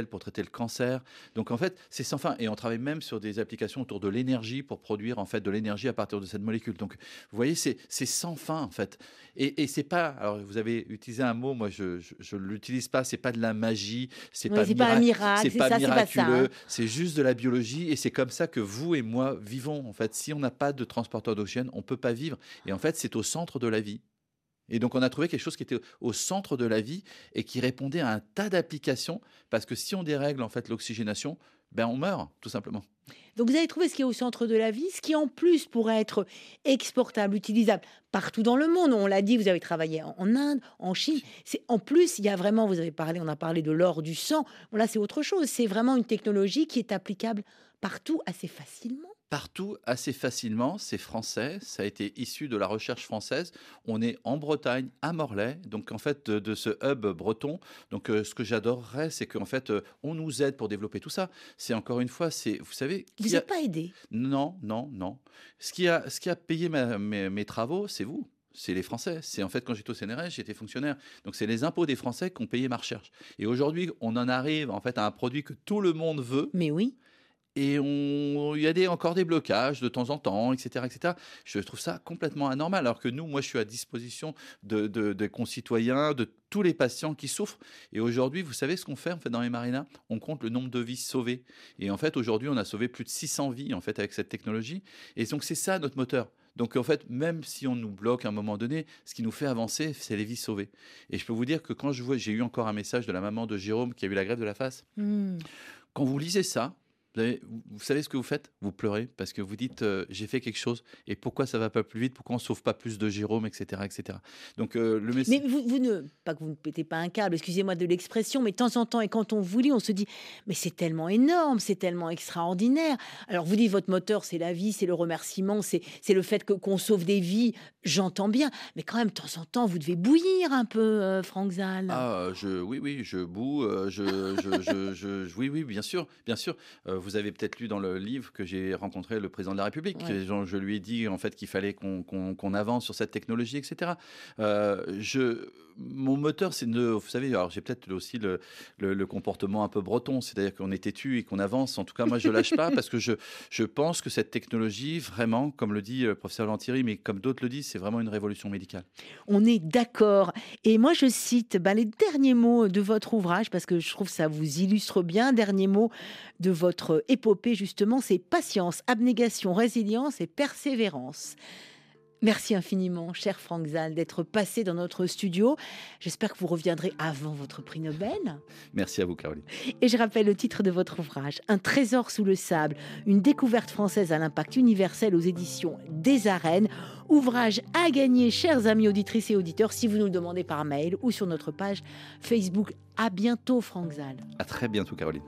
pour traiter le cancer. Donc en fait, c'est sans fin. Et on travaille même sur des applications autour de l'énergie pour produire en fait de l'énergie à partir de cette molécule. Donc vous voyez, c'est, c'est sans fin en fait. Et, et c'est pas. Alors vous avez utilisé un mot, moi je je ne l'utilise pas. C'est pas de la magie, c'est, Oui, pas, c'est mira- pas un miracle, c'est c'est pas ça, c'est pas miraculeux. ça, hein. C'est juste de la biologie et c'est comme ça que vous et moi vivons en fait. Si on n'a pas de transporteur d'oxygène, on peut pas vivre. Et en fait, c'est au centre de la vie. Et donc, on a trouvé quelque chose qui était au centre de la vie et qui répondait à un tas d'applications. Parce que si on dérègle en fait l'oxygénation, ben on meurt tout simplement. Donc vous avez trouvé ce qui est au centre de la vie, ce qui en plus pourrait être exportable, utilisable partout dans le monde. On l'a dit, vous avez travaillé en en Inde, en Chine. C'est, en plus, il y a vraiment, vous avez parlé, on a parlé de l'or du sang. Bon, là, c'est autre chose. C'est vraiment une technologie qui est applicable partout assez facilement. Partout assez facilement, c'est français, ça a été issu de la recherche française. On est en Bretagne, à Morlaix, donc en fait de, de ce hub breton. Donc euh, ce que j'adorerais, c'est qu'en fait euh, on nous aide pour développer tout ça. C'est encore une fois, c'est vous savez. Vous qui a- n'êtes pas aidé. Non, non, non. Ce qui a, ce qui a payé ma- mes, mes travaux, c'est vous. C'est les Français. C'est en fait quand j'étais au C N R S, j'étais fonctionnaire. Donc c'est les impôts des Français qui ont payé ma recherche. Et aujourd'hui, on en arrive en fait à un produit que tout le monde veut. Mais oui. Et on, il y a des, encore des blocages de temps en temps, et cetera, et cetera. Je trouve ça complètement anormal. Alors que nous, moi, je suis à disposition de, de, de concitoyens, de tous les patients qui souffrent. Et aujourd'hui, vous savez ce qu'on fait en fait dans les marinas ? On compte le nombre de vies sauvées. Et en fait, aujourd'hui, on a sauvé plus de six cents vies en fait avec cette technologie. Et donc, c'est ça notre moteur. Donc en fait, même si on nous bloque à un moment donné, ce qui nous fait avancer, c'est les vies sauvées. Et je peux vous dire que quand je vois, j'ai eu encore un message de la maman de Jérôme qui a eu la greffe de la face. Hmm. Quand vous lisez ça, vous, avez- vous savez ce que vous faites ? Vous pleurez parce que vous dites euh, j'ai fait quelque chose et pourquoi ça va pas plus vite ? Pourquoi on sauve pas plus de Jérôme, et cetera, et cetera. Donc euh, le message. Mais vous, vous ne, pas que vous ne pétez pas un câble, excusez-moi de l'expression, mais de temps en temps, et quand on vous lit, on se dit, mais c'est tellement énorme, c'est tellement extraordinaire. Alors vous dites, votre moteur, c'est la vie, c'est le remerciement, c'est, c'est le fait que, qu'on sauve des vies, j'entends bien, mais quand même, de temps en temps, vous devez bouillir un peu, euh, Franck Zal. Ah, je, oui, oui, je boue, euh, je, je, je, je- je- oui, oui, bien sûr, bien sûr. Euh, vous avez peut-être lu dans le livre que j'ai rencontré le président de la République. Ouais. Et genre, je lui ai dit en fait qu'il fallait qu'on, qu'on, qu'on avance sur cette technologie, et cetera. Euh, je, mon moteur, c'est de, vous savez, alors j'ai peut-être aussi le, le, le comportement un peu breton, c'est-à-dire qu'on est têtu et qu'on avance. En tout cas, moi, je lâche pas parce que je, je pense que cette technologie, vraiment, comme le dit le professeur Lantieri, mais comme d'autres le disent, c'est vraiment une révolution médicale. On est d'accord. Et moi, je cite ben, les derniers mots de votre ouvrage, parce que je trouve que ça vous illustre bien. Derniers mots de votre épopée, justement, c'est patience, abnégation, résilience et persévérance. Merci infiniment, cher Franck Zal, d'être passé dans notre studio. J'espère que vous reviendrez avant votre prix Nobel. Merci à vous, Caroline. Et je rappelle le titre de votre ouvrage, Un trésor sous le sable, une découverte française à l'impact universel aux éditions des Arènes. Ouvrage à gagner, chers amis auditrices et auditeurs, si vous nous le demandez par mail ou sur notre page Facebook. À bientôt, Franck Zal. À très bientôt, Caroline.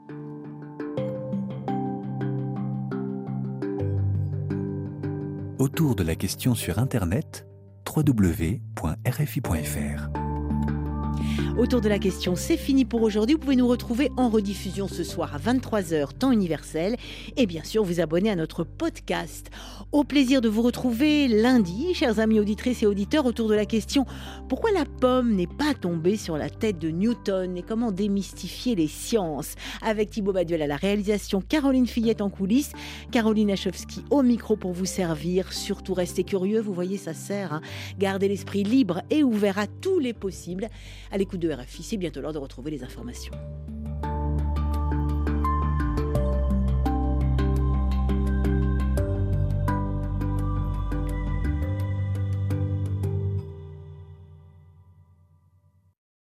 Autour de la question sur Internet, w w w point r f i point f r. Autour de la question, c'est fini pour aujourd'hui. Vous pouvez nous retrouver en rediffusion ce soir à vingt-trois heures, temps universel. Et bien sûr, vous abonner à notre podcast. Au plaisir de vous retrouver lundi, chers amis auditrices et auditeurs, autour de la question « Pourquoi la pomme n'est pas tombée sur la tête de Newton ?» et comment démystifier les sciences. Avec Thibaut Baduel à la réalisation, Caroline Fillette en coulisses, Caroline Achowski au micro pour vous servir. Surtout, restez curieux, vous voyez, ça sert. Hein. Gardez l'esprit libre et ouvert à tous les possibles. À l'écoute de R F I, c'est bientôt l'heure de retrouver les informations.